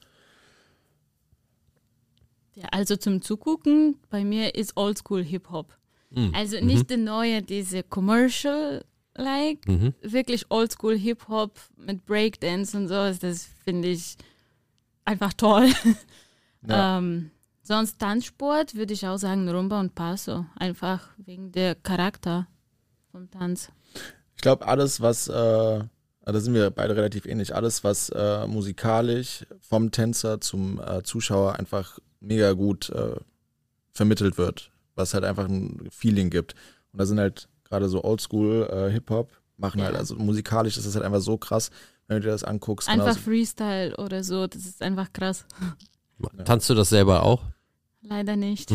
Ja, also zum Zugucken, bei mir ist Oldschool Hip-Hop. Mhm. Also nicht der neue, diese Commercial-like, mhm. wirklich Oldschool Hip-Hop mit Breakdance und so, das finde ich einfach toll. Ja. ähm, sonst Tanzsport würde ich auch sagen Rumba und Paso, einfach wegen der Charakter vom Tanz. Ich glaube, alles, was, äh, da sind wir beide relativ ähnlich, alles, was äh, musikalisch vom Tänzer zum äh, Zuschauer einfach mega gut äh, vermittelt wird, was halt einfach ein Feeling gibt. Und da sind halt gerade so Oldschool äh, Hip-Hop, machen Ja. halt, also musikalisch ist das halt einfach so krass, wenn du dir das anguckst. Einfach genauso- Freestyle oder so, das ist einfach krass. Tanzt du das selber auch? Leider nicht.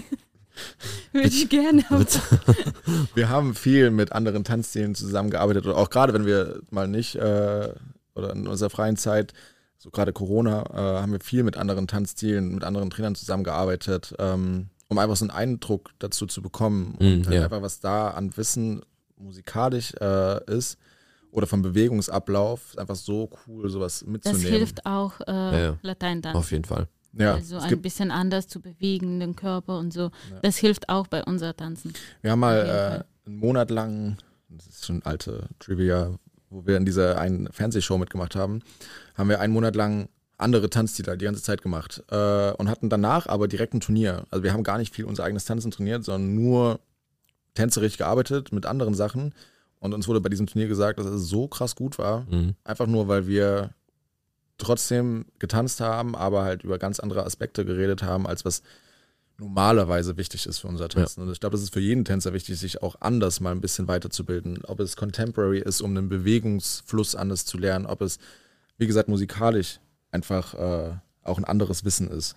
Würde ich gerne. Wir haben viel mit anderen Tanzstilen zusammengearbeitet. Oder auch gerade, wenn wir mal nicht, äh, oder in unserer freien Zeit, so gerade Corona, äh, haben wir viel mit anderen Tanzstilen, mit anderen Trainern zusammengearbeitet, ähm, um einfach so einen Eindruck dazu zu bekommen. Und Mm, halt ja. einfach, was da an Wissen musikalisch äh, ist oder vom Bewegungsablauf, ist einfach so cool, sowas Das mitzunehmen. hilft auch äh, Ja, ja. Lateintanzen. Auf jeden Fall. Ja, also es ein gibt, bisschen anders zu bewegen, den Körper und so. Das hilft auch bei unser Tanzen. wir haben auf jeden mal Fall. äh, einen Monat lang, das ist schon alte Trivia, wo wir in dieser einen Fernsehshow mitgemacht haben, haben wir einen Monat lang andere Tanzstile die ganze Zeit gemacht äh, und hatten danach aber direkt ein Turnier. Also wir haben gar nicht viel unser eigenes Tanzen trainiert, sondern nur tänzerisch gearbeitet mit anderen Sachen. Und uns wurde bei diesem Turnier gesagt, dass es so krass gut war, Mhm. einfach nur, weil wir trotzdem getanzt haben, aber halt über ganz andere Aspekte geredet haben, als was normalerweise wichtig ist für unser Tanzen. Und ich glaube, das ist für jeden Tänzer wichtig, sich auch anders mal ein bisschen weiterzubilden. Ob es Contemporary ist, um einen Bewegungsfluss anders zu lernen, ob es, wie gesagt, musikalisch einfach äh, auch ein anderes Wissen ist.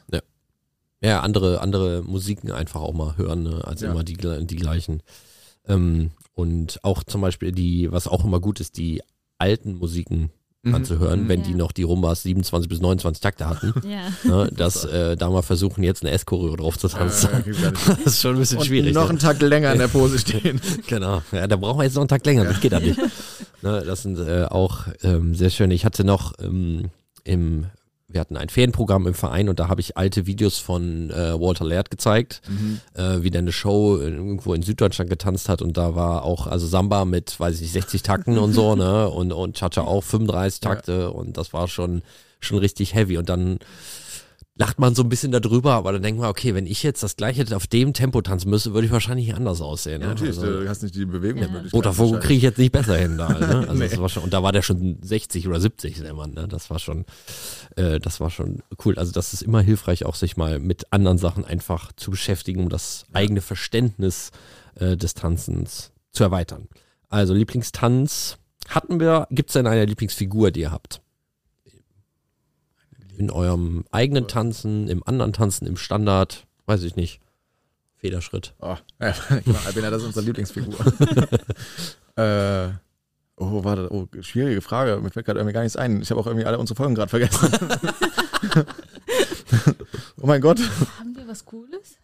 Ja, andere, andere Musiken einfach auch mal hören, ne? als Ja. immer die, gle- die gleichen. Ähm, und auch zum Beispiel die, was auch immer gut ist, die alten Musiken anzuhören, Mhm. wenn Ja. die noch die Rumbas siebenundzwanzig bis neunundzwanzig Takte hatten. Ja. Ne? Das äh, da mal versuchen, jetzt eine S-Choreo drauf zu tanzen. Äh, geht gar nicht. Das ist schon ein bisschen Und schwierig. noch ne? einen Tag länger in der Pose stehen. Genau, ja, da brauchen wir jetzt noch einen Tag länger, das geht ja nicht. Ne, das sind äh, auch ähm, sehr schön. Ich hatte noch ähm, im, wir hatten ein Ferienprogramm im Verein und da habe ich alte Videos von äh, Walter Laird gezeigt, äh, wie der eine Show irgendwo in Süddeutschland getanzt hat und da war auch, also Samba mit, weiß ich nicht, sechzig Takten und so, ne, und, und Cha-Cha auch fünfunddreißig Takte und das war schon, schon richtig heavy und dann lacht man so ein bisschen darüber, aber dann denkt man, okay, wenn ich jetzt das gleiche auf dem Tempo tanzen müsste, würde ich wahrscheinlich anders aussehen. Ja, ne? natürlich, Also, du hast nicht die Bewegungsmöglichkeit. Botafogo kriege ich jetzt nicht besser hin da. Ne? Also Nee. das war schon, und da war der schon sechzig oder siebzig, der Mann. Ne? Das war schon, äh, das war schon cool. Also das ist immer hilfreich, auch sich mal mit anderen Sachen einfach zu beschäftigen, um das eigene Verständnis äh, des Tanzens zu erweitern. Also Lieblingstanz hatten wir. Gibt es denn eine Lieblingsfigur, die ihr habt? In eurem eigenen Tanzen, im anderen Tanzen, im Standard? Weiß ich nicht. Federschritt. Oh, ja, genau, Albina, das ist unsere Lieblingsfigur. äh, oh, warte, oh, schwierige Frage. Mir fällt gerade irgendwie gar nichts ein. Ich habe auch irgendwie alle unsere Folgen gerade vergessen. Oh mein Gott. Haben wir was Cooles?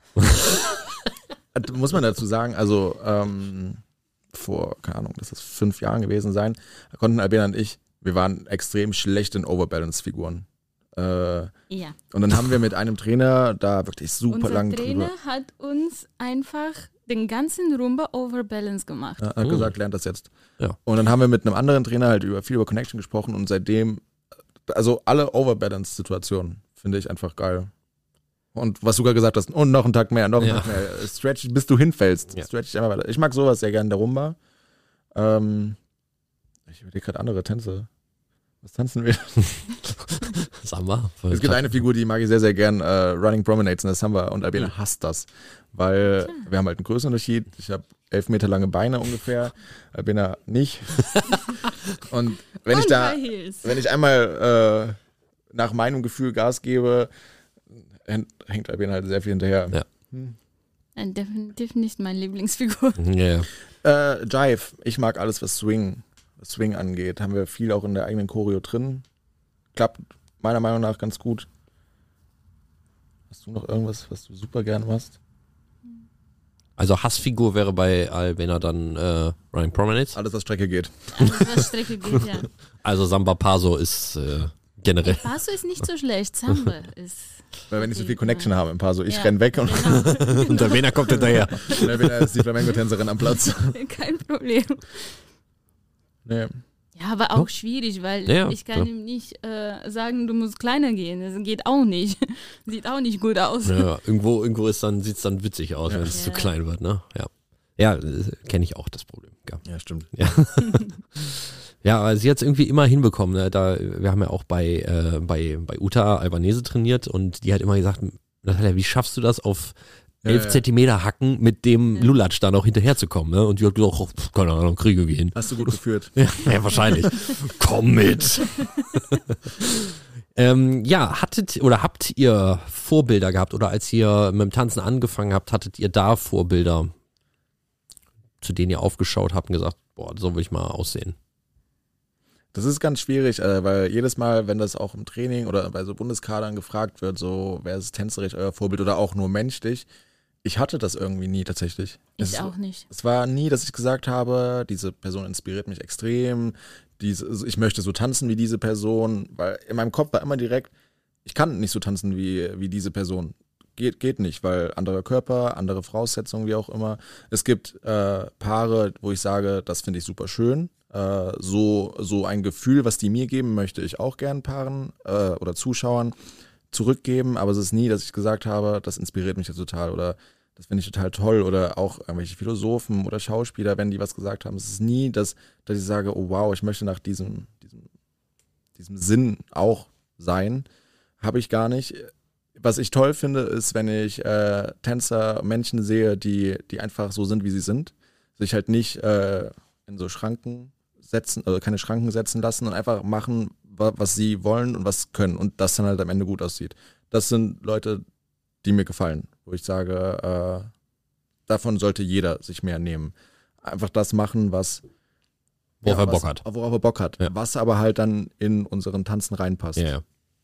Muss man dazu sagen, also ähm, vor, keine Ahnung, das ist fünf Jahren gewesen sein, da konnten Albina und ich, wir waren extrem schlecht in Overbalance-Figuren. Äh, Ja. und dann haben wir mit einem Trainer da wirklich super Unser lang Trainer drüber. hat uns einfach den ganzen Rumba Overbalance gemacht. Ja, hat Oh. gesagt, lernt das jetzt. Ja. Und dann haben wir mit einem anderen Trainer halt über viel über Connection gesprochen und seitdem, also alle Overbalance-Situationen finde ich einfach geil. Und was du gerade gesagt hast, und noch einen Tag mehr, noch einen Ja. Tag mehr. Stretch, bis du hinfällst. Ja. Stretch dich immer weiter. Ich mag sowas sehr gerne in der Rumba. Ähm, ich überlege gerade andere Tänze. Was tanzen wir? Samba. Es gibt eine Figur, die mag ich sehr, sehr gern, äh, Running Promenades in der Samba und Albina hasst das, weil wir haben halt einen Größenunterschied. Ich habe elf Meter lange Beine ungefähr, Albina nicht. Und wenn ich Und da, High Heels. wenn ich einmal äh, nach meinem Gefühl Gas gebe, hängt Albina halt sehr viel hinterher. Ja. Nein, definitiv nicht meine Lieblingsfigur. Ja, ja. Äh, Jive, ich mag alles, was Swing, was Swing angeht. Haben wir viel auch in der eigenen Choreo drin. Klappt meiner Meinung nach ganz gut. Hast du noch irgendwas, was du super gerne machst? Also Hassfigur wäre bei Albina dann äh, Running Promenades. Alles, was Strecke geht. Also was Strecke geht, ja. Also Samba Paso ist äh, generell. Paso ist nicht so schlecht, Samba ist... Weil wir nicht so viel Connection haben im Paar. So, ich Ja. renn weg und, Genau. Und Albina kommt hinterher. und Albina ist die Flamenco-Tänzerin am Platz. Kein Problem. Nee. Ja, aber auch schwierig, weil Ja, ich kann klar. ihm nicht äh, sagen, du musst kleiner gehen. Das geht auch nicht. Sieht auch nicht gut aus. Ja, irgendwo irgendwo ist dann, sieht es dann witzig aus, Ja. wenn es Ja. zu klein wird, ne? Ja. Ja, kenne ich auch das Problem. Ja. Ja, stimmt. Ja, aber sie hat es irgendwie immer hinbekommen. Ne? Da, wir haben ja auch bei, äh, bei, bei Uta Albanese trainiert und die hat immer gesagt, Natalia, wie schaffst du das auf Ja, elf ja. Zentimeter Hacken mit dem Ja. Lulatsch da noch hinterherzukommen? Ne? Und die hat gesagt, oh, pf, keine Ahnung, kriege wir hin. Hast du gut geführt. Ja, ja wahrscheinlich. Komm mit. Ähm, ja, hattet oder habt ihr Vorbilder gehabt oder als ihr mit dem Tanzen angefangen habt, hattet ihr da Vorbilder, zu denen ihr aufgeschaut habt und gesagt, boah, so will ich mal aussehen? Das ist ganz schwierig, äh, weil jedes Mal, wenn das auch im Training oder bei so Bundeskadern gefragt wird, so, wer ist tänzerisch euer Vorbild oder auch nur menschlich, ich hatte das irgendwie nie tatsächlich. Ich es, auch nicht. Es war nie, dass ich gesagt habe, diese Person inspiriert mich extrem, diese, ich möchte so tanzen wie diese Person, weil in meinem Kopf war immer direkt, ich kann nicht so tanzen wie, wie diese Person. Geht, geht nicht, weil anderer Körper, andere Voraussetzungen, wie auch immer. Es gibt äh, Paare, wo ich sage, das finde ich super schön. Äh, so, so ein Gefühl, was die mir geben, möchte ich auch gern Paaren äh, oder Zuschauern zurückgeben, aber es ist nie, dass ich gesagt habe, das inspiriert mich jetzt total oder das finde ich total toll oder auch irgendwelche Philosophen oder Schauspieler, wenn die was gesagt haben. Es ist nie, dass, dass ich sage, oh wow, ich möchte nach diesem, diesem, diesem Sinn auch sein. Habe ich gar nicht. Was ich toll finde, ist, wenn ich äh, Tänzer, Menschen sehe, die, die einfach so sind, wie sie sind. Sich halt nicht äh, in so Schranken setzen, also keine Schranken setzen lassen und einfach machen, wa- was sie wollen und was können und das dann halt am Ende gut aussieht. Das sind Leute, die mir gefallen, wo ich sage, äh, davon sollte jeder sich mehr nehmen. Einfach das machen, was Worauf ja, er Bock was, hat. Worauf er Bock hat. Ja. Was aber halt dann in unseren Tanzen reinpasst. Ja, ja.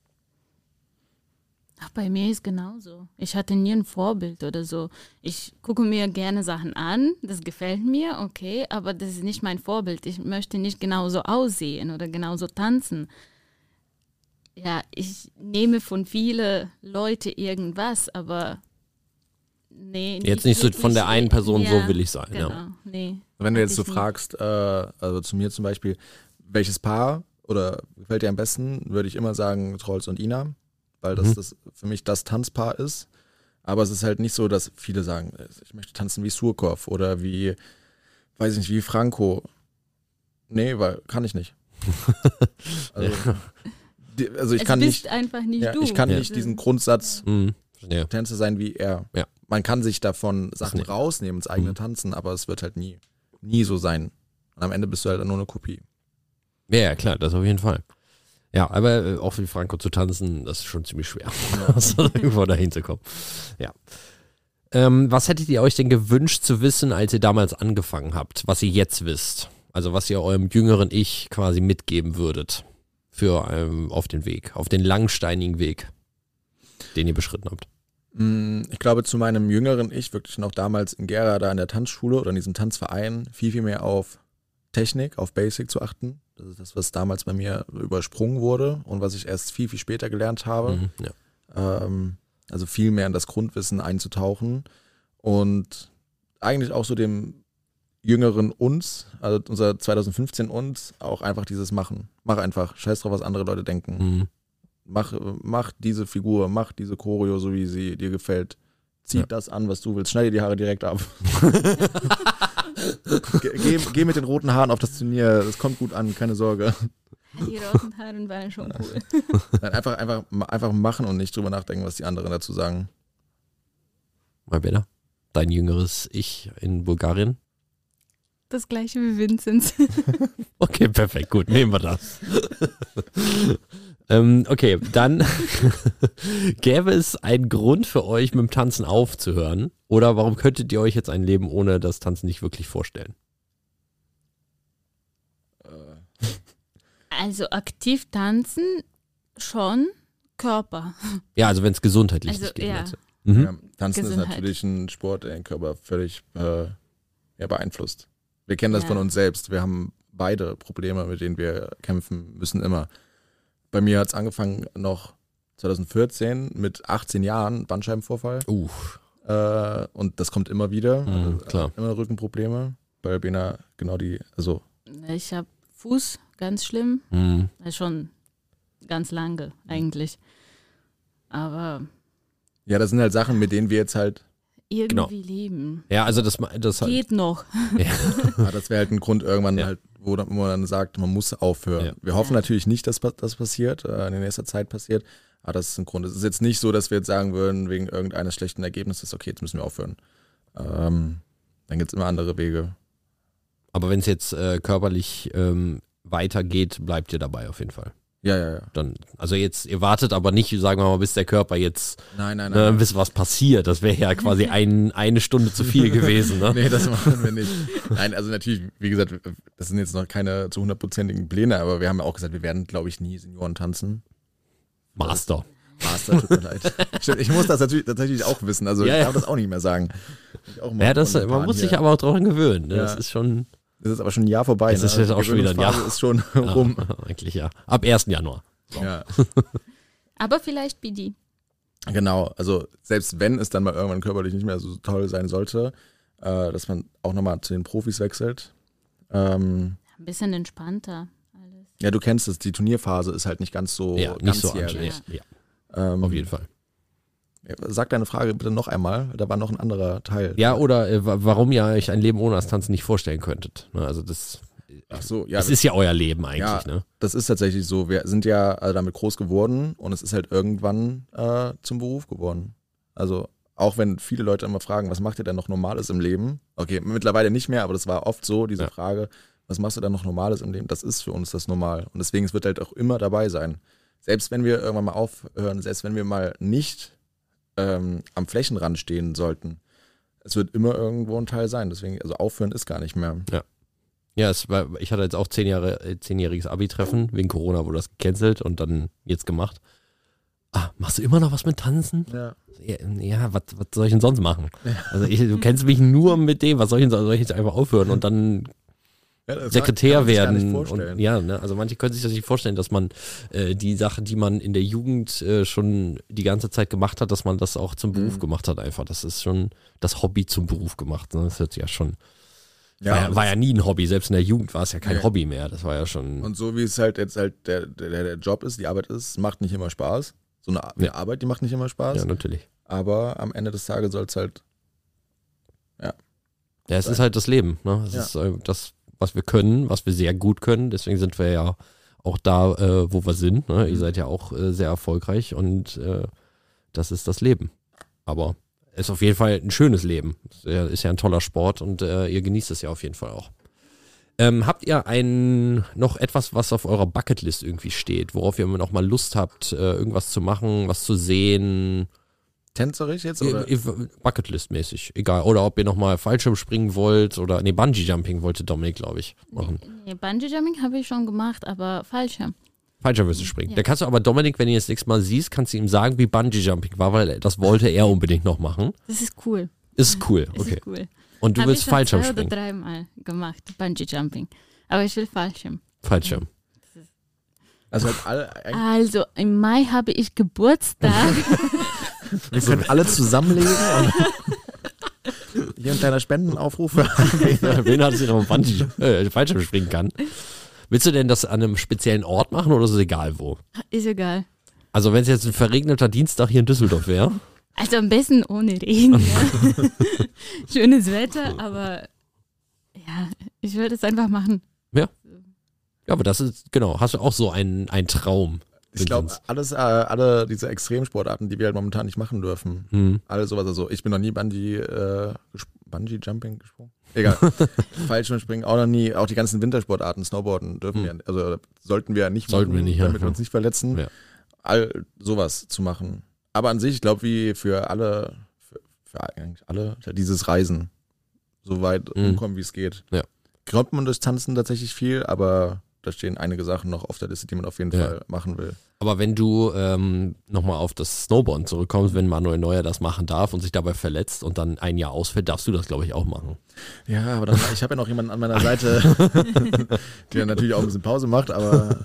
Ach, bei mir ist genauso. Ich hatte nie ein Vorbild oder so. Ich gucke mir gerne Sachen an, das gefällt mir, okay, aber das ist nicht mein Vorbild. Ich möchte nicht genauso aussehen oder genauso tanzen. Ja, ich nehme von vielen Leuten irgendwas, aber nee. Jetzt nicht so von der einen Person, ja, so will ich sein. Genau, Ja. nee. Wenn du hatte jetzt so ich nie. fragst, äh, also zu mir zum Beispiel, welches Paar oder gefällt dir am besten, würde ich immer sagen Trolls und Ina, weil das, Mhm. das für mich das Tanzpaar ist. Aber es ist halt nicht so, dass viele sagen, ich möchte tanzen wie Surkov oder wie, weiß ich nicht, wie Franco. Nee, weil kann ich nicht. Also, die, also ich Es kann bist nicht, einfach nicht ja, du. ich kann Ja. nicht diesen Grundsatz Mhm. Ja. Tänzer sein wie er. Ja. Man kann sich davon Sachen nicht. rausnehmen, ins eigene Mhm. Tanzen, aber es wird halt nie, nie so sein. Und am Ende bist du halt nur eine Kopie. Ja, ja, klar, das auf jeden Fall. Ja, aber äh, auch wie Franco zu tanzen, das ist schon ziemlich schwer, also irgendwo dahin zu kommen. Ja. Ähm, was hättet ihr euch denn gewünscht zu wissen, als ihr damals angefangen habt, was ihr jetzt wisst? Also was ihr eurem jüngeren Ich quasi mitgeben würdet für ähm, auf den Weg, auf den langsteinigen Weg, den ihr beschritten habt. Mm, Ich glaube, zu meinem jüngeren Ich, wirklich noch damals in Gera, da in der Tanzschule oder in diesem Tanzverein, viel, viel mehr auf Technik, auf Basic zu achten. Das ist das, was damals bei mir übersprungen wurde und was ich erst viel, viel später gelernt habe. Mhm, ja. Ähm, also viel mehr in das Grundwissen einzutauchen und eigentlich auch so dem jüngeren uns, also unser zwanzig fünfzehn uns, auch einfach dieses Machen. Mach einfach, scheiß drauf, was andere Leute denken. Mhm. Mach, mach diese Figur, mach diese Choreo, so wie sie dir gefällt. Zieh Ja. das an, was du willst. Schneide dir die Haare direkt ab. Ge- geh, geh mit den roten Haaren auf das Turnier. Das kommt gut an, keine Sorge. Die roten Haare waren schon cool. Nein, einfach, einfach, einfach machen und nicht drüber nachdenken, was die anderen dazu sagen. Mal wieder. Dein jüngeres Ich in Bulgarien. Das gleiche wie Vinzenz. Okay, perfekt, gut, nehmen wir das. ähm, okay, dann gäbe es einen Grund für euch, mit dem Tanzen aufzuhören? Oder warum könntet ihr euch jetzt ein Leben ohne das Tanzen nicht wirklich vorstellen? Also aktiv tanzen schon, Körper. Ja, also wenn es gesundheitlich Also, nicht geht. ja. meinst du? Mhm. Ja, Tanzen Gesundheit. ist natürlich ein Sport, der den Körper völlig äh, ja, beeinflusst. Wir kennen das Ja. von uns selbst. Wir haben beide Probleme, mit denen wir kämpfen müssen immer. Bei mir hat es angefangen noch zwanzig vierzehn mit achtzehn Jahren, Bandscheibenvorfall. Uh, Äh, und das kommt immer wieder. Mhm, Also, klar. Immer Rückenprobleme. Bei Bena genau die, also Ich habe Fuß, ganz schlimm. mhm. Das ist schon ganz lange eigentlich. Aber ja, das sind halt Sachen, mit denen wir jetzt halt, irgendwie Genau. leben. Ja, also das, das Geht noch. ja, das wäre halt ein Grund irgendwann Ja. halt, wo, dann- wo man dann sagt, man muss aufhören. Ja. Wir hoffen Ja. natürlich nicht, dass pa- das passiert, äh, in nächster Zeit passiert, aber das ist ein Grund. Es ist jetzt nicht so, dass wir jetzt sagen würden, wegen irgendeines schlechten Ergebnisses, okay, jetzt müssen wir aufhören. Ähm, dann gibt es immer andere Wege. Aber wenn es jetzt äh, körperlich ähm, weitergeht, bleibt ihr dabei auf jeden Fall. Ja, ja, ja. Dann, also jetzt, ihr wartet aber nicht, sagen wir mal, bis der Körper jetzt, Nein, nein, ne, nein. bis was passiert. Das wäre ja quasi ein, eine Stunde zu viel gewesen. Ne? Nee, das machen wir nicht. Nein, also natürlich, wie gesagt, das sind jetzt noch keine zu hundertprozentigen Pläne, aber wir haben ja auch gesagt, wir werden, glaube ich, nie Senioren tanzen. Master. Master, tut mir leid. Stimmt, ich muss das natürlich, tatsächlich auch wissen, also Ja, ich ja. darf das auch nicht mehr sagen. Ich auch mal Ja, das, von ein man paar muss sich hier- aber auch daran gewöhnen. Ne? Ja. Das ist schon, Das ist aber schon ein Jahr vorbei. Es ist ne? jetzt auch Die schon wieder ein Jahr. Gewöhnungsphase ist schon rum. ja, eigentlich ja. Ab ersten Januar. Ja. Aber vielleicht B D. Genau, also selbst wenn es dann mal irgendwann körperlich nicht mehr so toll sein sollte, äh, dass man auch nochmal zu den Profis wechselt. Ähm, Ein bisschen entspannter alles. ja, du kennst es, die Turnierphase ist halt nicht ganz so ja, nicht so ganzjährig. anstrengend. Ja, Ähm, auf jeden Fall. Sag deine Frage bitte noch einmal, da war noch ein anderer Teil. Ja, oder äh, wa- warum ihr euch ein Leben ohne das Tanzen nicht vorstellen könntet. Ne? Also das, Ach so, ja, das ist ja euer Leben eigentlich. Ja. Ne? das ist tatsächlich so. Wir sind ja äh, damit groß geworden und es ist halt irgendwann äh, zum Beruf geworden. Also auch wenn viele Leute immer fragen, was macht ihr denn noch Normales im Leben? Okay, mittlerweile nicht mehr, aber das war oft so, diese Ja. Frage, was machst du denn noch Normales im Leben? Das ist für uns das Normal. Und deswegen, es wird halt auch immer dabei sein. Selbst wenn wir irgendwann mal aufhören, selbst wenn wir mal nicht ähm, am Flächenrand stehen sollten, es wird immer irgendwo ein Teil sein. Deswegen, also aufhören ist gar nicht mehr. Ja, es war, ich hatte jetzt auch zehn Jahre, äh, zehnjähriges Abi-Treffen. Wegen Corona wurde das gecancelt und dann jetzt gemacht. Ah, machst du immer noch was mit Tanzen? Ja. Ja, ja was, was soll ich denn sonst machen? Also ich, du kennst mich nur mit dem, was soll ich denn, soll ich jetzt einfach aufhören und dann Ja, das Sekretär kann man sich gar nicht werden? vorstellen. Und, ja, ne? Also manche können sich das nicht vorstellen, dass man äh, die Sachen, die man in der Jugend äh, schon die ganze Zeit gemacht hat, dass man das auch zum Beruf Mhm. gemacht hat einfach. Das ist schon das Hobby zum Beruf gemacht. Ne? Das hört sich ja schon, Ja, war, ja, und war ja nie ein Hobby. Selbst in der Jugend war es ja kein Nee. Hobby mehr. Das war ja schon, Und so wie es halt jetzt halt der, der, der Job ist, die Arbeit ist, macht nicht immer Spaß. So eine, eine Ja. Arbeit, die macht nicht immer Spaß. ja, natürlich. Aber am Ende des Tages soll es halt, Ja, es sein. ist halt das Leben. Ne? Es Ja. ist äh, das, was wir können, was wir sehr gut können. Deswegen sind wir ja auch da, äh, wo wir sind. Ne? Ihr Mhm. seid ja auch äh, sehr erfolgreich und äh, das ist das Leben. Aber es ist auf jeden Fall ein schönes Leben. Ist ja, ist ja ein toller Sport und äh, ihr genießt es ja auf jeden Fall auch. Ähm, habt ihr ein, noch etwas, was auf eurer Bucketlist irgendwie steht, worauf ihr noch mal Lust habt, äh, irgendwas zu machen, was zu sehen? tänzerisch jetzt? Oder? Ihr- ihr- Bucketlist-mäßig, egal. Oder ob ihr nochmal Fallschirm springen wollt oder, nee, Bungee-Jumping wollte Dominik, glaube ich, machen. Nee, Bungee-Jumping habe ich schon gemacht, aber Fallschirm. Fallschirm wirst du springen. Ja. Da kannst du aber Dominik, wenn ihr das nächste Mal siehst, kannst du ihm sagen, wie Bungee-Jumping war, weil das wollte er unbedingt noch machen. Das ist cool. Ist cool, Das okay. ist cool. Und du Habe willst ich schon Fallschirm zwei oder springen. dreimal gemacht, Bungee-Jumping. Aber ich will Fallschirm. Fallschirm. Also halt alle, eigentlich, Also, im Mai habe ich Geburtstag. wir können alle zusammenlegen und hier ein kleiner Spendenaufruf. Wen hat sich noch Bungee, äh, Fallschirm springen kann? Willst du denn das an einem speziellen Ort machen oder ist es egal wo? Ist egal. Also wenn es jetzt ein verregneter Dienstag hier in Düsseldorf wäre, Also am besten ohne Regen. Ja. Schönes Wetter, aber ja, ich würde es einfach machen. ja, aber das ist, genau, hast du auch so einen, einen Traum. Ich glaube, alles, äh, alle diese Extremsportarten, die wir halt momentan nicht machen dürfen, Hm. alles sowas, also ich bin noch nie Bungee, äh, gesp- Bungee-Jumping gesprungen. Egal. Fallschirmspringen auch noch nie, auch die ganzen Wintersportarten, Snowboarden dürfen Hm. wir, also sollten wir ja nicht Sollten wir machen, nicht, ja. damit wir uns nicht verletzen. Ja. All sowas zu machen. Aber an sich, ich glaube, wie für alle, für, für eigentlich alle, dieses Reisen, so weit Mhm. umkommen, wie es geht. Ja. Kommt man durch Tanzen tatsächlich viel, aber da stehen einige Sachen noch auf der Liste, die man auf jeden Ja. Fall machen will. Aber wenn du ähm, nochmal auf das Snowboarden zurückkommst, wenn Manuel Neuer das machen darf und sich dabei verletzt und dann ein Jahr ausfällt, darfst du das, glaube ich, auch machen. Ja, aber dann, ich habe ja noch jemanden an meiner Seite, der natürlich auch ein bisschen Pause macht, aber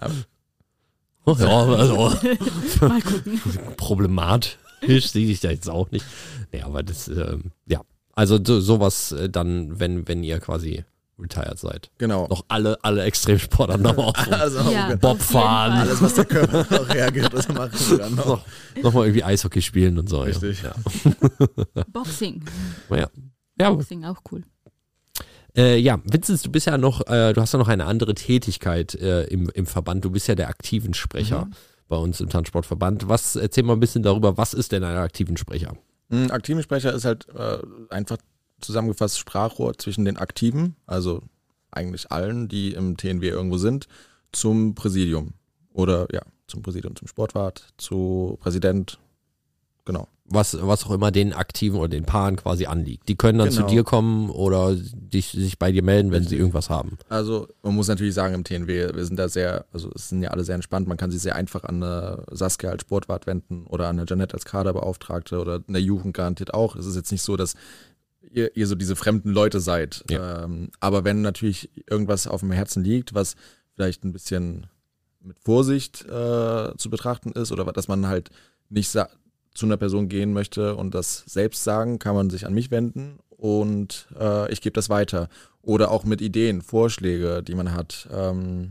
Ja, also Mal gucken. problematisch sehe ich da jetzt auch nicht. Nee, aber das, ähm, ja. Also so, sowas äh, dann, wenn, wenn ihr quasi retired seid. genau. Noch alle, alle Extremsportarten noch ausruhen. Also Ja, Bob auf jeden fahren. Fall. alles, was der Körper noch hergibt, das machen wir dann noch. noch, noch mal irgendwie Eishockey spielen und so. Richtig. Ja. Boxing. Ja. Ja, Boxing auch cool. Äh, ja, Vincent, du bist ja noch, äh, du hast ja noch eine andere Tätigkeit äh, im, im Verband. Du bist ja der aktiven Sprecher Mhm. bei uns im Tanzsportverband. Was, erzähl mal ein bisschen darüber, was ist denn ein aktiven Sprecher? Ein aktiven Sprecher ist halt äh, einfach zusammengefasst Sprachrohr zwischen den Aktiven, also eigentlich allen, die im T N W irgendwo sind, zum Präsidium Oder ja, zum Präsidium, zum Sportwart, zu Präsident, genau. Was, was auch immer den Aktiven oder den Paaren quasi anliegt. Die können dann Genau. zu dir kommen oder dich, sich bei dir melden, wenn Richtig. sie irgendwas haben. Also man muss natürlich sagen, im T N W, wir sind da sehr, also es sind ja alle sehr entspannt, man kann sich sehr einfach an eine Saskia als Sportwart wenden oder an eine Janette als Kaderbeauftragte oder in der Jugend garantiert auch. Es ist jetzt nicht so, dass ihr, ihr so diese fremden Leute seid. Ja. Ähm, aber wenn natürlich irgendwas auf dem Herzen liegt, was vielleicht ein bisschen mit Vorsicht äh, zu betrachten ist oder dass man halt nicht sa- zu einer Person gehen möchte und das selbst sagen, kann man sich an mich wenden und äh, ich gebe das weiter. Oder auch mit Ideen, Vorschläge, die man hat. Ähm,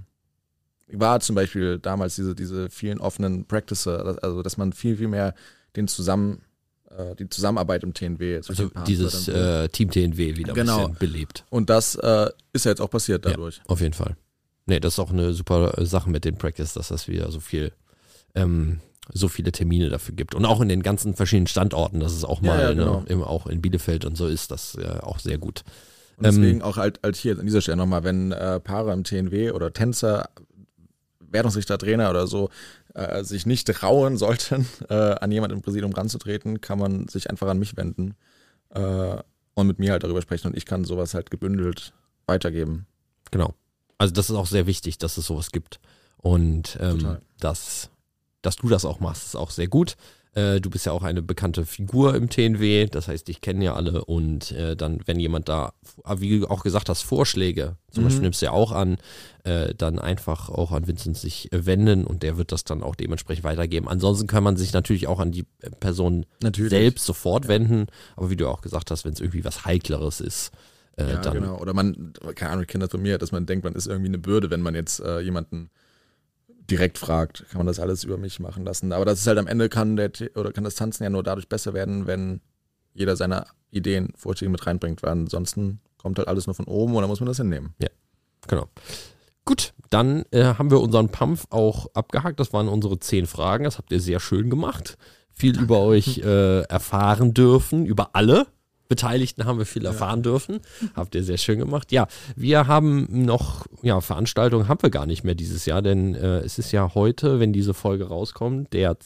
war zum Beispiel damals diese, diese vielen offenen Practices, also dass man viel, viel mehr den zusammen, äh, die Zusammenarbeit im T N W. zwischen Also den Paaren dieses fördern will. äh, Team T N W wieder Genau. ein bisschen belebt. Und das äh, ist ja jetzt auch passiert dadurch. Ja, auf jeden Fall. Nee, das ist auch eine super äh, Sache mit den Practice, dass das wieder so viel ähm, so viele Termine dafür gibt. Und auch in den ganzen verschiedenen Standorten, dass es auch Ja, mal, ja, genau. ne, eben auch in Bielefeld und so ist, das äh, auch sehr gut. Und deswegen auch halt, halt hier an dieser Stelle nochmal, wenn äh, Paare im T N W oder Tänzer, Wertungsrichter, Trainer oder so äh, sich nicht trauen sollten, äh, an jemanden im Präsidium ranzutreten, kann man sich einfach an mich wenden äh, und mit mir halt darüber sprechen und ich kann sowas halt gebündelt weitergeben. Genau. Also das ist auch sehr wichtig, dass es sowas gibt. Und ähm, Total. dass, dass du das auch machst, ist auch sehr gut. Äh, du bist ja auch eine bekannte Figur im T N W, das heißt, dich kennen ja alle und äh, dann, wenn jemand da, wie du auch gesagt hast, Vorschläge, zum Mhm. Beispiel nimmst du ja auch an, äh, dann einfach auch an Vincent sich äh, wenden und der wird das dann auch dementsprechend weitergeben. Ansonsten kann man sich natürlich auch an die äh, Person Natürlich. selbst sofort wenden, aber wie du auch gesagt hast, wenn es irgendwie was Heikleres ist, äh, Ja, dann genau. Oder man, keine Ahnung, ich kenne das von mir, dass man denkt, man ist irgendwie eine Bürde, wenn man jetzt äh, jemanden direkt fragt, kann man das alles über mich machen lassen. Aber das ist halt am Ende kann der oder kann das Tanzen ja nur dadurch besser werden, wenn jeder seine Ideen, Vorschläge mit reinbringt, weil ansonsten kommt halt alles nur von oben und dann muss man das hinnehmen. Genau. Gut, dann äh, haben wir unseren Pumpf auch abgehakt. Das waren unsere zehn Fragen. Das habt ihr sehr schön gemacht. Viel über euch äh, erfahren dürfen, über alle Beteiligten haben wir viel erfahren dürfen. Habt ihr sehr schön gemacht. Ja, wir haben noch, ja, Veranstaltungen haben wir gar nicht mehr dieses Jahr, denn äh, es ist ja heute, wenn diese Folge rauskommt, der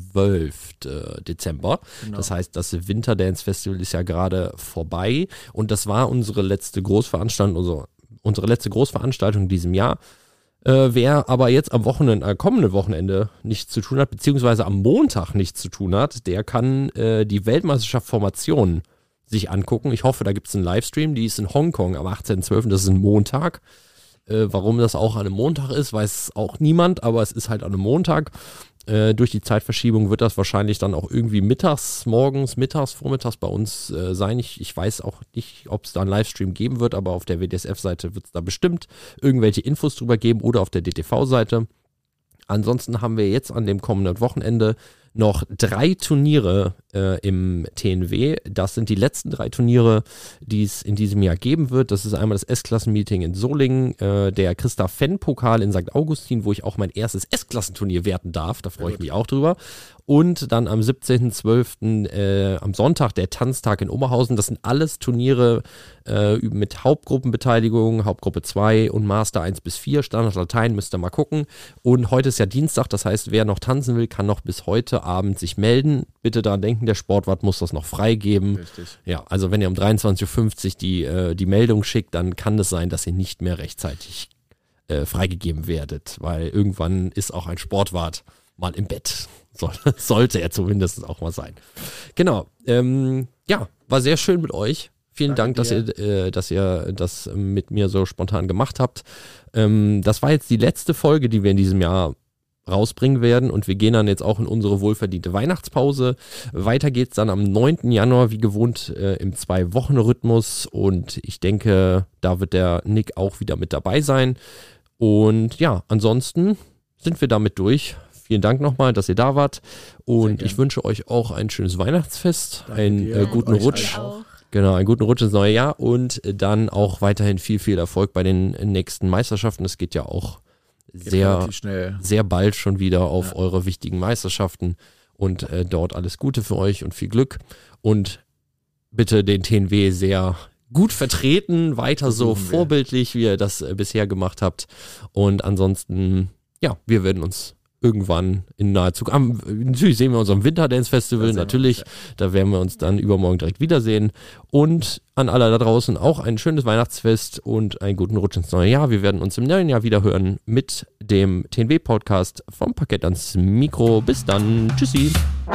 zwölfte Dezember. Genau. Das heißt, das Winterdance Festival ist ja gerade vorbei und das war unsere letzte Großveranstaltung, unsere, unsere letzte Großveranstaltung in diesem Jahr. Äh, wer aber jetzt am Wochenende, äh, kommenden Wochenende nichts zu tun hat, beziehungsweise am Montag nichts zu tun hat, der kann äh, die Weltmeisterschaft Formation sich angucken. Ich hoffe, da gibt es einen Livestream, die ist in Hongkong am achtzehnten zwölften Das ist ein Montag. Äh, warum das auch an einem Montag ist, weiß auch niemand, aber es ist halt an einem Montag. Äh, durch die Zeitverschiebung wird das wahrscheinlich dann auch irgendwie mittags, morgens, mittags, vormittags bei uns äh, sein. Ich, ich weiß auch nicht, ob es da einen Livestream geben wird, aber auf der W D S F-Seite wird es da bestimmt irgendwelche Infos drüber geben oder auf der D T V-Seite. Ansonsten haben wir jetzt an dem kommenden Wochenende noch drei Turniere äh, im T N W. Das sind die letzten drei Turniere, die es in diesem Jahr geben wird. Das ist einmal das S-Klassen-Meeting in Solingen, äh, der Christa-Fenn-Pokal in Sankt Augustin, wo ich auch mein erstes S-Klassenturnier werten darf. Da freue ich mich auch drüber. Und dann am siebzehnten zwölften Äh, am Sonntag der Tanztag in Oberhausen. Das sind alles Turniere äh, mit Hauptgruppenbeteiligung, Hauptgruppe zwei und Master eins bis vier. Standard Latein müsst ihr mal gucken. Und heute ist ja Dienstag, das heißt, wer noch tanzen will, kann noch bis heute Abend sich melden. Bitte daran denken, der Sportwart muss das noch freigeben. Richtig. Ja, also wenn ihr um dreiundzwanzig Uhr fünfzig die, äh, die Meldung schickt, dann kann es sein, dass ihr nicht mehr rechtzeitig äh, freigegeben werdet, weil irgendwann ist auch ein Sportwart mal im Bett. Soll, sollte er zumindest auch mal sein. Genau. Ähm, ja, war sehr schön mit euch. Vielen Danke Dank, dass dir. ihr, äh, dass ihr das mit mir so spontan gemacht habt. Ähm, das war jetzt die letzte Folge, die wir in diesem Jahr rausbringen werden und wir gehen dann jetzt auch in unsere wohlverdiente Weihnachtspause. Weiter geht's dann am neunten Januar wie gewohnt äh, im Zwei-Wochen-Rhythmus und ich denke, da wird der Nick auch wieder mit dabei sein. Und ja, ansonsten sind wir damit durch. Vielen Dank nochmal, dass ihr da wart und gern. ich wünsche euch auch ein schönes Weihnachtsfest, Danke einen dir äh, und guten euch Rutsch. allen auch. Auch. Genau, einen guten Rutsch ins neue Jahr und dann auch weiterhin viel, viel Erfolg bei den nächsten Meisterschaften. Es geht ja auch Geht sehr, relativ schnell. sehr bald schon wieder auf Ja. eure wichtigen Meisterschaften und äh, dort alles Gute für euch und viel Glück und bitte den T N W sehr gut vertreten, weiter so Versuchen wir. vorbildlich, wie ihr das äh, bisher gemacht habt und ansonsten, ja, wir werden uns irgendwann in naher Zukunft, natürlich sehen wir uns am Winterdance-Festival, natürlich, uns, ja. Da werden wir uns dann übermorgen direkt wiedersehen und an alle da draußen auch ein schönes Weihnachtsfest und einen guten Rutsch ins neue Jahr. Wir werden uns im neuen Jahr wieder hören mit dem T N W-Podcast vom Parkett ans Mikro. Bis dann, tschüssi.